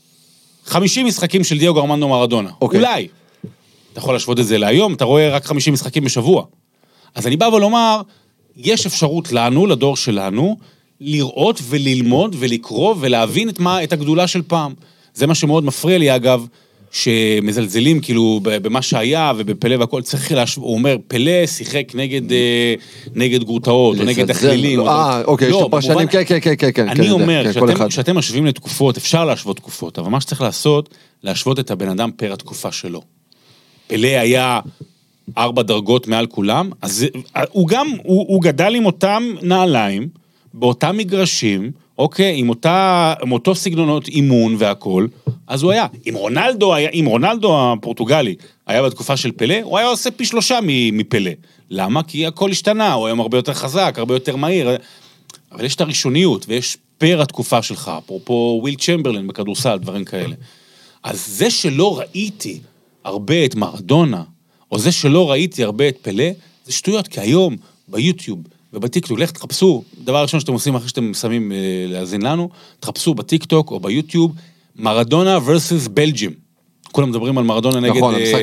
50 משחקים של דיאגו ארמנדו מרדונה. אולי. אתה יכול להשוות את זה להיום, אתה רואה רק 50 משחקים בשבוע. אז אני בא ולומר, יש אפשרות לנו, לדור שלנו, לראות וללמוד ולקרוא ולהבין את הגדולה של פעם. זה מה שמאוד מפריע לי, אגב, שמזלזלים כאילו במה שהיה ובפלא והכל, צריך הוא אומר, פלא שיחק נגד גרוטאות או נגד הכלילים. אוקיי, יש לו פרשנים, כן. אני אומר, כשאתם משווים לתקופות, אפשר להשוות תקופות, אבל מה שצריך לעשות, להשוות את הבן אדם פר התקופה שלו. פלא היה 4 דרגות מעל כולם, אז הוא גדל עם אותם נעליים, באותם מגרשים, אוקיי, עם אותו סגנונות אימון והכל, אז הוא היה. אם רונלדו הפורטוגלי היה בתקופה של פלא, הוא היה עושה פי 3 מפלא. למה? כי הכל השתנה, הוא היום הרבה יותר חזק, הרבה יותר מהיר. אבל יש את הראשוניות, ויש פר התקופה שלך, אפרופו וויל צ'מברלין בכדורסל, דברים כאלה. אז זה שלא ראיתי הרבה את מרדונה, או זה שלא ראיתי הרבה את פלא, זה שטויות, כי היום ביוטיוב ובטיקטוק, לך תחפשו, דבר ראשון שאתם עושים אחרי שאתם שמים להזין לנו, תחפשו בטיקטוק או ביוטיוב, מרדונה versus בלג'ים. כולם מדברים על מרדונה נגד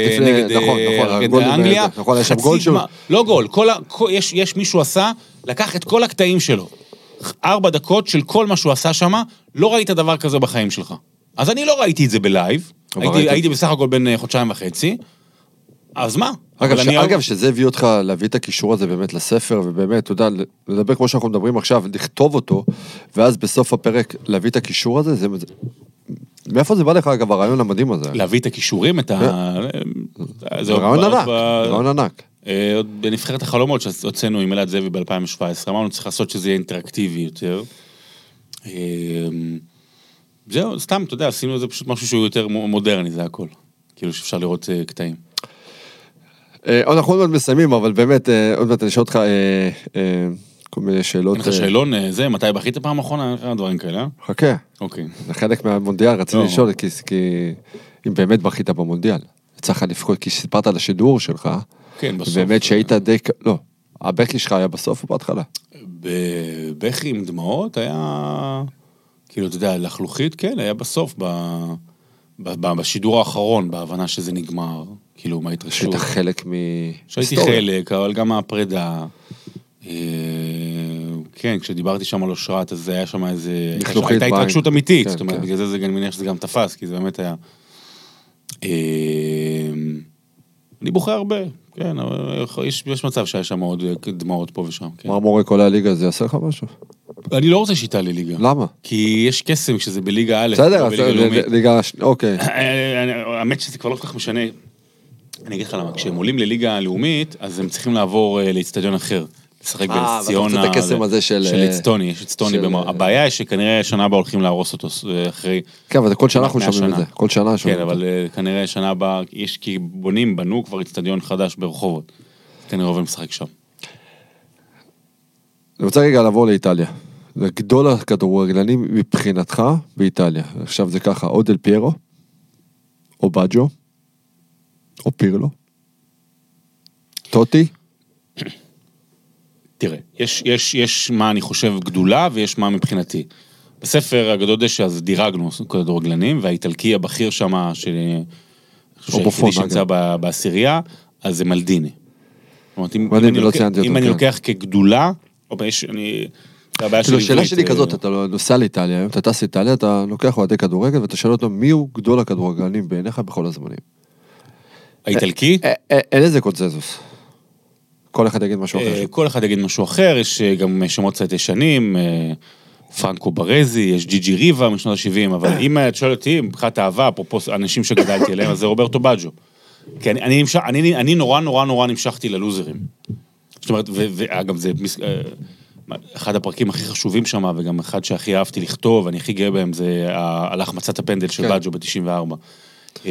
אנגליה. נכון, יש שם גול שהוא... לא גול, יש מישהו עשה, לקח את כל הקטעים שלו. 4 דקות של כל מה שהוא עשה שם, לא ראית דבר כזה בחיים שלך. אז אני לא ראיתי את זה בלייב, הייתי בסך הכל בין 1.5 חודשים, אז מה? אגב, שזה הביא אותך להביא את הקישור הזה באמת לספר, ובאמת, אתה יודע, לדבר כמו שאנחנו מדברים עכשיו, לכתוב אותו, ואז בסוף הפרק להביא את הקישור הזה, מאיפה זה בא לך, אגב, הרעיון המדהים הזה? להביא את הקישורים, זה רעיון ענק. עוד בנבחרת החלומות שהוצאנו עם אלעד זאבי ב-2017, אמרנו צריך לעשות שזה יהיה אינטראקטיבי יותר. זהו, סתם, אתה יודע, עשינו את זה פשוט משהו שהוא יותר מודרני, זה הכל. כאילו שאפשר לראות קטעים. אנחנו עוד מעט מסיימים, אבל באמת, עוד מעט אני אשאל אותך כל מיני שאלות. אין לך שאלון, מתי בכית פעם אחרונה? דברים כאלה, חכה. אוקיי. זה חלק מהמונדיאל, רציתי לשאול, כי אם באמת בכית במונדיאל, צריך לפחות, כי סיפרת על השידור שלך, כן, בסוף. באמת שהיית די, לא, הבכי שלך היה בסוף או בהתחלה? בכי עם דמעות היה, כאילו, אתה יודע, לחלוכית, כן, היה בסוף, בשידור האחרון, בהבנה שזה נגמר, כאילו, מה התרשו. שהיית חלק שהייתי חלק, אבל גם הפרידה. כן, כשדיברתי שם על אושרת, אז זה היה שם איזה... הייתה התרגשות אמיתית, זאת אומרת, בגלל זה אני מניח שזה גם תפס, כי זה באמת היה... אני בוכה הרבה, כן, יש מצב שהיה שם עוד דמעות פה ושם. מרמורי כל הליגה, זה יעשה לך משהו? אני לא רוצה שיטה לליגה. למה? כי יש קסם כשזה בליגה א', בסדר, ליגה, אוקיי. האמת שזה כבר לא כל כך משנה. אני אגיד לך למה, כשהם עולים לליגה הלאומית, אז הם צריכים לעבור לאצטדיון אחר. לשחק בנס ציונה של אצטוני, יש אצטוני. הבעיה היא שכנראה שנה הבאה הולכים להרוס אותו אחרי... כן, אבל כל שנה אנחנו שומעים את זה. כל שנה שומעים את זה. כן, אבל כנראה שנה הבאה, יש כי בנו כבר אצטדיון חדש ברחובות. כנראה עוברים לשחק שם. אני רוצה רגע לעבור לאיטליה. לגדול הכדורגלנים מבחינתך באיטליה. עכשיו זה ככה, או דל פיירו, או בג'ו, או פירלו, טוטי. תראה, יש מה אני חושב גדולה, ויש מה מבחינתי. בספר הגדול דשא, אז דירגנו כדורגלנים, והאיטלקי הבכיר שם, שנמצא בעשירייה, אז זה מלדיני. אם אני לוקח כגדולה, השאלה שלי כזאת, אתה נוסע לאיטליה, אתה טס לאיטליה, אתה לוקח אוהדי כדורגל, ואתה שואל אותו, מי הוא גדול הכדורגלנים בעיניך בכל הזמנים? האיטלקי? אין איזה קונצנזוס. כל אחד יגיד משהו אחר. כל אחד יגיד משהו אחר, יש גם שמות קצת ישנים, פרנקו ברזי, יש ג'י ריבה משנות ה-70, אבל אם את שואל אותי, מבחינת אהבה, אפרופו אנשים שגדלתי אליהם, אז זה רוברטו בג'ו. כי אני נורא נמשכתי ללוזרים. זאת אומרת, ואגב, זה אחד הפרקים הכי חשובים שם, וגם אחד שהכי אהבתי לכתוב, ואני הכי גאה בהם, זה הלך מצאת הפנדל של בג'ו ב-94.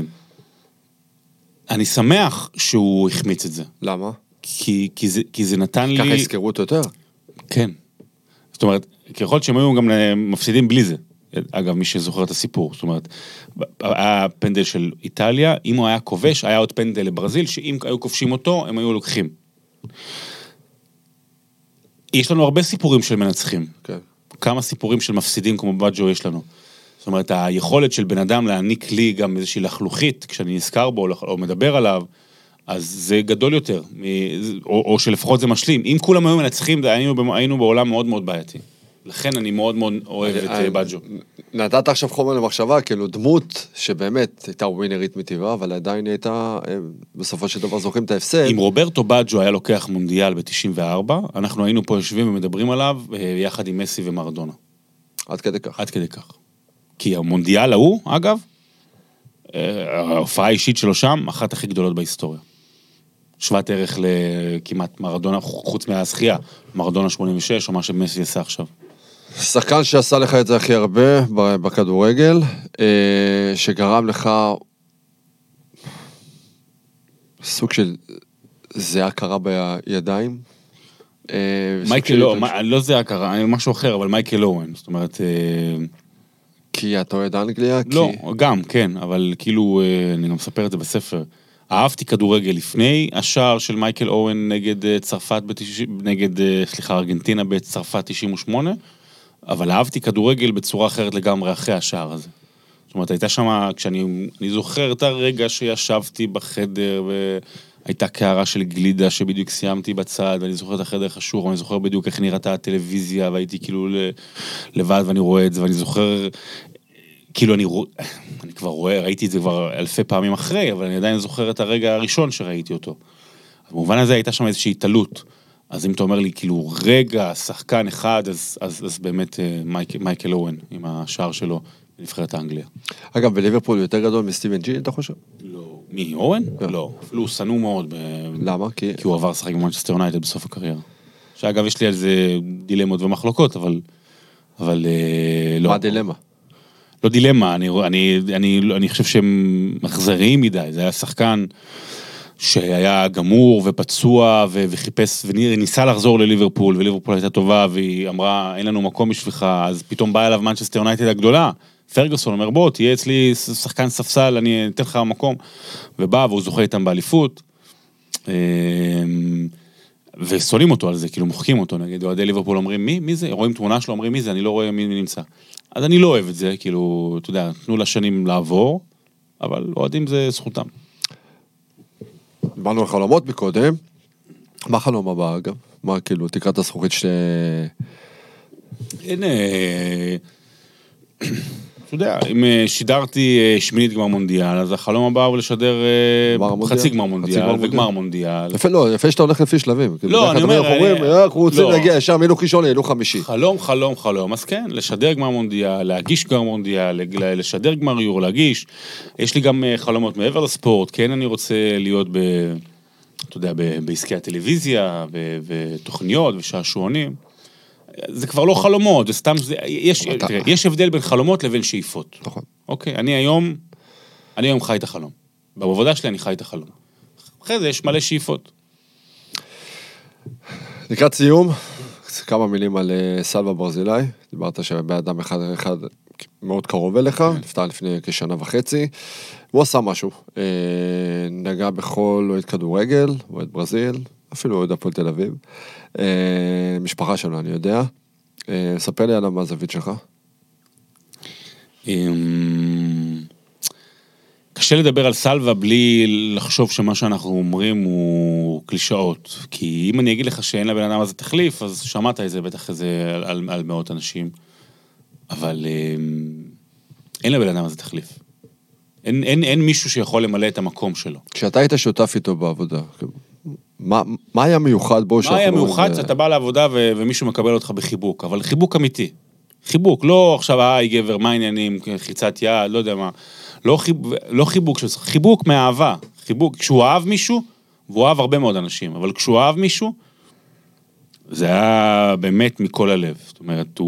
אני שמח שהוא החמיץ את זה. למה? כי זה נתן לי... ככה הזכרו אותו יותר? כן. זאת אומרת, ככל שהם היו גם מפסידים בלי זה. אגב, מי שזוכר את הסיפור, זאת אומרת, היה פנדל של איטליה, אם הוא היה כובש, היה עוד פנדל לברזיל, שאם היו כובשים אותו, הם היו לוקחים. יש לנו הרבה סיפורים של מנצחים. כן. כמה סיפורים של מפסידים כמו בג'ו יש לנו. זאת אומרת, היכולת של בן אדם להעניק לי גם איזושהי לחלוכית, כשאני נזכר בו או מדבר עליו, אז זה גדול יותר, או שלפחות זה משלים. אם כולם היו מנצחים, היינו בעולם מאוד מאוד בעייתי. לכן אני מאוד מאוד אוהב את בג'ו. נתת עכשיו חומר למחשבה, כאילו דמות שבאמת הייתה ווינרית מטבעה, אבל עדיין הייתה, בסופו של דבר זוכרים את ההפסד. אם רוברטו בג'ו היה לוקח מונדיאל ב-94, אנחנו היינו פה יושבים ומדברים עליו, יחד עם מסי ומרדונה. עד כדי כך. עד כדי כך. כי המונדיאל ההוא, אגב, ההופעה האישית שלו שם, אחת הכי גדולות בהיסטוריה. שוות ערך לכמעט מרדונה, חוץ מהזכייה, מרדונה 86, או מה שמסי עשה עכשיו. שחקן שעשה לך את זה הכי הרבה בכדורגל, שגרם לך סוג של זה הכרה בידיים. מייקל לא זה הכרה, משהו אחר, אבל מייקל אוהן, זאת אומרת... כי אתה אוהד אנגליה? לא, גם, כן, אבל כאילו, אני גם מספר את זה בספר. אהבתי כדורגל לפני השער של מייקל אוהן נגד צרפת, ארגנטינה בצרפת 98, אבל אהבתי כדורגל בצורה אחרת לגמרי אחרי השער הזה. זאת אומרת, הייתה שם, כשאני זוכר את הרגע שישבתי בחדר, והייתה קערה של גלידה שבדיוק סיימתי בצד, ואני זוכר את החדר חשור, ואני זוכר בדיוק איך נראתה הטלוויזיה, והייתי כאילו לבד ואני רואה את זה, ואני זוכר, כאילו אני כבר רואה, ראיתי את זה כבר אלפי פעמים אחרי, אבל אני עדיין זוכר את הרגע הראשון שראיתי אותו. במובן הזה הייתה שם איזושהי התעלות. אז אם אתה אומר לי, כאילו, רגע, שחקן אחד, אז באמת מייקל אוהן, עם השער שלו, בנבחרת האנגליה. אגב, בליברפול יותר גדול מסטיבן ג'י, אתה חושב? לא. מי, אוהן? לא. אפילו הוא שנוא מאוד. למה? כי הוא עבר לשחק במנצ'סטר יונייטד בסוף הקריירה. שאגב, יש לי על זה דילמות ומחלוקות, אבל לא. מה הדילמה? לא דילמה, אני חושב שהם מחזריים מדי, זה היה שחקן שהיה גמור ופצוע וחיפש וניסה לחזור לליברפול, וליברפול הייתה טובה, והיא אמרה, אין לנו מקום בשבילך, אז פתאום באה אליו מנצ'סטר יונייטד הגדולה, פרגוסון אומר, בוא, תהיה אצלי שחקן ספסל, אני אתן לך מקום, ובא, והוא זוכה איתם באליפות, וסולים אותו על זה, כאילו מוחקים אותו, נגיד, אוהדי ליברפול אומרים, מי זה? רואים תמונה שלו, אומרים, מי זה? אני לא רואה מי נמצא. אז אני לא אוהב את זה, כאילו, אתה יודע, תנו לשנים לעבור, אבל אוהדים זה זכותם. דיברנו על חלומות מקודם, מה חלום הבא אגב? מה כאילו, תקרת הזכוכית הנה, אתה יודע, אם שידרתי שמינית גמר מונדיאל, אז החלום הבא הוא לשדר חצי גמר מונדיאל וגמר מונדיאל. יפה, לא, יפה שאתה הולך לפי שלבים. לא, אני אומר, אנחנו רוצים להגיע שם, אילו חישון, אילו חמישי. חלום, אז כן, לשדר גמר מונדיאל, להגיש גמר מונדיאל, לשדר גמר יורו, להגיש. יש לי גם חלומות מעבר לספורט, כן, אני רוצה להיות אתה יודע, בעסקי הטלוויזיה, ותוכניות ושעשועונים. זה כבר לא חלומות, זה סתם, יש הבדל בין חלומות לבין שאיפות. נכון. אוקיי, אני היום חי את החלום. בעבודה שלי אני חי את החלום. אחרי זה יש מלא שאיפות. לקראת סיום, כמה מילים על סלווה ברזילאי. דיברת שבאדם אחד מאוד קרוב אליך, נפטר לפני כשנה וחצי. הוא עשה משהו. נגע בכל אוהד כדורגל, אוהד ברזיל, אפילו אוהד הפועל תל אביב. משפחה שלו, אני יודע. ספר לי עליו מה הזווית שלך. קשה לדבר על סלווה בלי לחשוב שמה שאנחנו אומרים הוא קלישאות. כי אם אני אגיד לך שאין לבן אדם הזה תחליף, אז שמעת את זה בטח איזה על מאות אנשים. אבל אין לבן אדם הזה תחליף. אין מישהו שיכול למלא את המקום שלו. כשאתה היית שותף איתו בעבודה, מה היה מיוחד בו? מה היה מיוחד? אתה בא לעבודה ומישהו מקבל אותך בחיבוק, אבל חיבוק אמיתי. חיבוק, לא עכשיו, גבר, מה העניינים, חיצת יד, לא יודע מה. לא חיבוק, חיבוק מהאהבה. חיבוק, כשהוא אהב מישהו, והוא אהב הרבה מאוד אנשים, אבל כשהוא אהב מישהו, זה היה באמת מכל הלב. זאת אומרת,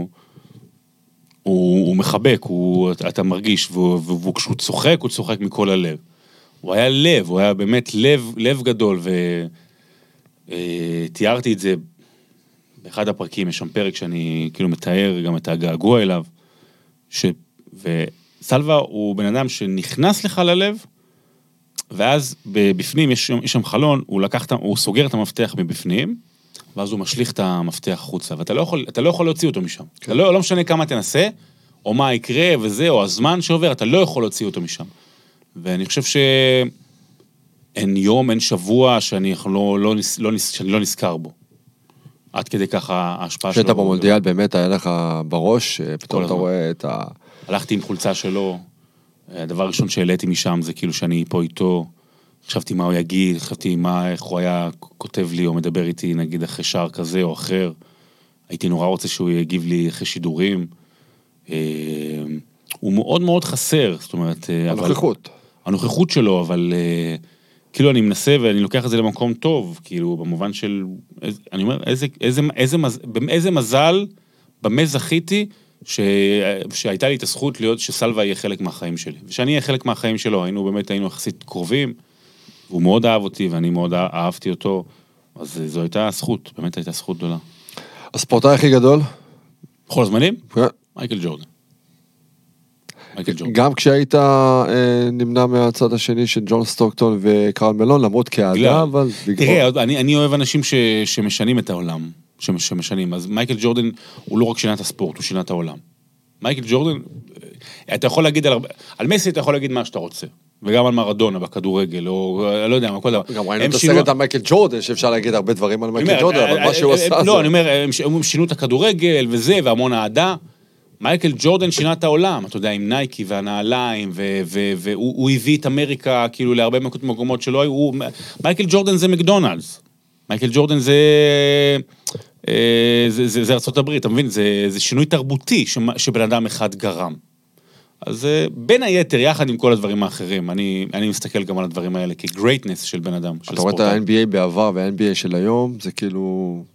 הוא מחבק, אתה מרגיש, וכשהוא צוחק, הוא צוחק מכל הלב. הוא היה לב, הוא היה באמת לב גדול, ותיארתי את זה באחד הפרקים, יש שם פרק שאני כאילו מתאר גם את הגעגוע אליו, וסלווה הוא בן אדם שנכנס לך ללב, ואז בפנים יש שם חלון, הוא סוגר את המפתח מבפנים, ואז הוא משליך את המפתח החוצה, ואתה לא יכול להוציא אותו משם. אתה לא משנה כמה תנסה, או מה יקרה וזה, או הזמן שעובר, אתה לא יכול להוציא אותו משם. ואני חושב שאין יום, אין שבוע שאני לא נזכר בו. עד כדי ככה ההשפעה שלו. שאתה במונדיאל באמת היה לך בראש, פתאום אתה רואה את ה... הלכתי עם חולצה שלו, הדבר הראשון שהעליתי משם זה כאילו שאני פה איתו, חשבתי מה הוא יגיד, חשבתי איך הוא היה כותב לי או מדבר איתי, נגיד אחרי שער כזה או אחר. הייתי נורא רוצה שהוא יגיב לי אחרי שידורים. הוא מאוד מאוד חסר, זאת אומרת... הנוכחות שלו, אבל כאילו אני מנסה ואני לוקח את זה למקום טוב, כאילו במובן של... אני אומר, איזה מזל, במה זכיתי, שהייתה לי את הזכות להיות שסלווה יהיה חלק מהחיים שלי. ושאני אהיה חלק מהחיים שלו, היינו יחסית קרובים, והוא מאוד אהב אותי, ואני מאוד אהבתי אותו, אז זו הייתה זכות, באמת הייתה זכות גדולה. הספורטאי הכי גדול? בכל הזמנים? מייקל ג'ורדן. גם כשהיית נמנע מהצד השני של ג'ון סטוקטון וקרל מלון, למרות כאדם, אבל... תראה, אני אוהב אנשים שמשנים את העולם, שמשנים. אז מייקל ג'ורדן הוא לא רק שינה את הספורט, הוא שינה את העולם. מייקל ג'ורדן, אתה יכול להגיד על מסי, אתה יכול להגיד מה שאתה רוצה. וגם על מרדונה בכדורגל, או לא יודע, כל דבר. גם ראינו את הסרט על מייקל ג'ורדן, שאפשר להגיד הרבה דברים על מייקל ג'ורדן, אבל מה שהוא עשה זה... לא, אני אומר, הם שינו את הכדורגל וזה, והמון אהדה. מייקל ג'ורדן שינה את העולם, אתה יודע, עם נייקי והנעליים, והוא הביא את אמריקה, כאילו, להרבה מקומות שלא היו, מייקל ג'ורדן זה מקדונלדס. מייקל ג'ורדן זה ארצות הברית, אתה מבין? זה שינוי תרבותי שבן אדם אחד גרם. אז בין היתר, יחד עם כל הדברים האחרים, אני מסתכל גם על הדברים האלה, כגרייטנס של בן אדם, של ספורטאי. אתה רואה את ה-NBA בעבר וה-NBA של היום, זה כאילו...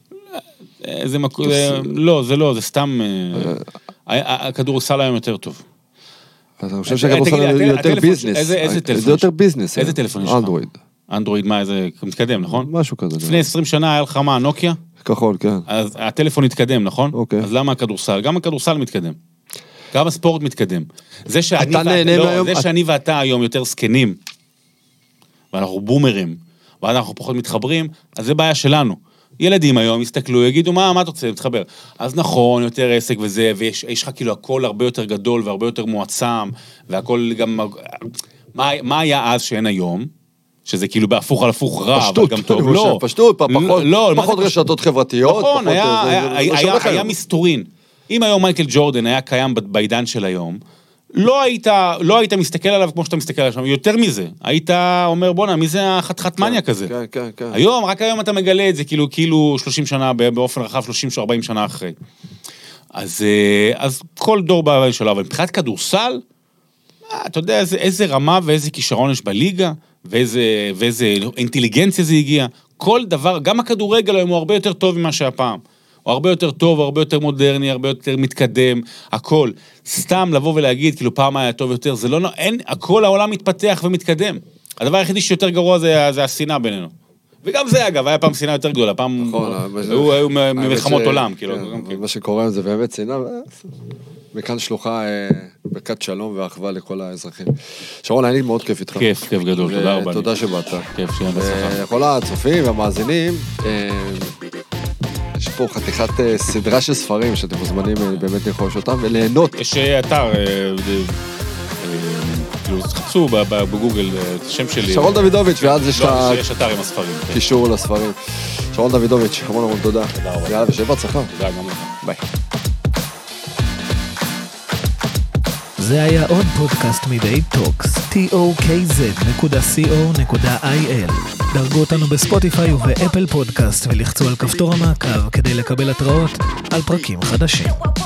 לא, זה סתם... הכדורסל היום יותר טוב. אז אני חושב שהכדורסל יותר ביזנס. איזה טלפון? זה יותר ביזנס. איזה טלפון יש לך? אנדרואיד. אנדרואיד, מה, איזה מתקדם, נכון? משהו כזה. לפני 20 שנה היה לך מה, נוקיה? כחול, כן. אז הטלפון התקדם, נכון? אוקיי. אז למה הכדורסל? גם הכדורסל מתקדם. גם הספורט מתקדם. זה שאני ואתה היום יותר סקנים, ואנחנו בומרים, ואנחנו פחות מתחברים, אז זה בעיה שלנו. ילדים היום יסתכלו, יגידו, מה אתה רוצה, מתחבר? אז נכון, יותר עסק וזה, ויש לך כאילו הכל הרבה יותר גדול, והרבה יותר מועצם, והכל גם... מה היה אז שאין היום? שזה כאילו בהפוך על הפוך רע, אבל גם טוב. לא. פשטות, פחות רשתות חברתיות. נכון, היה מסתורין. אם היום מייקל ג'ורדן היה קיים בעידן של היום, לא היית מסתכל עליו כמו שאתה מסתכל עליו, יותר מזה, היית אומר, בונה, מי זה החתיכת מניה כזה? כן. היום, רק היום אתה מגלה את זה, כאילו 30 שנה, באופן רחב, 30-40 שנה אחרי. אז כל דור בעבר שלו, אבל מבחינת כדורסל, אתה יודע איזה רמה ואיזה כישרון יש בליגה, ואיזה אינטליגנציה זה הגיע, כל דבר, גם הכדורגל היום הוא הרבה יותר טוב ממה שהפעם. הוא הרבה יותר טוב, הרבה יותר מודרני, הרבה יותר מתקדם, הכל. סתם לבוא ולהגיד, כאילו פעם היה טוב יותר, זה לא, אין, הכל העולם מתפתח ומתקדם. הדבר היחידי שיותר גרוע זה השנאה בינינו. וגם זה אגב, היה פעם שנאה יותר גדולה, פעם היו מלחמות עולם, כאילו. מה שקורה זה באמת שנאה, מכאן שלוחה ברכת שלום ואחווה לכל האזרחים. שרון, היה לי מאוד כיף איתך. כיף גדול, תודה רבה. תודה שבאת. כיף, שיהיה בהצלחה. כל הצופים והמאזינים, יש פה חתיכת סדרה של ספרים שאתם מוזמנים באמת לרכוש אותם וליהנות. יש אתר, תחפשו בגוגל את השם שלי. שרון דוידוביץ' ואז יש יש אתר עם הספרים. קישור לספרים. שרון דוידוביץ', המון תודה. תודה רבה. יאללה, ושיהיה בהצלחה. תודה גם לך. ביי. זה היה עוד פודקאסט מדי טוקס, tokz.co.il. דרגו אותנו בספוטיפיי ובאפל פודקאסט ולחצו על כפתור המעקב כדי לקבל התראות על פרקים חדשים.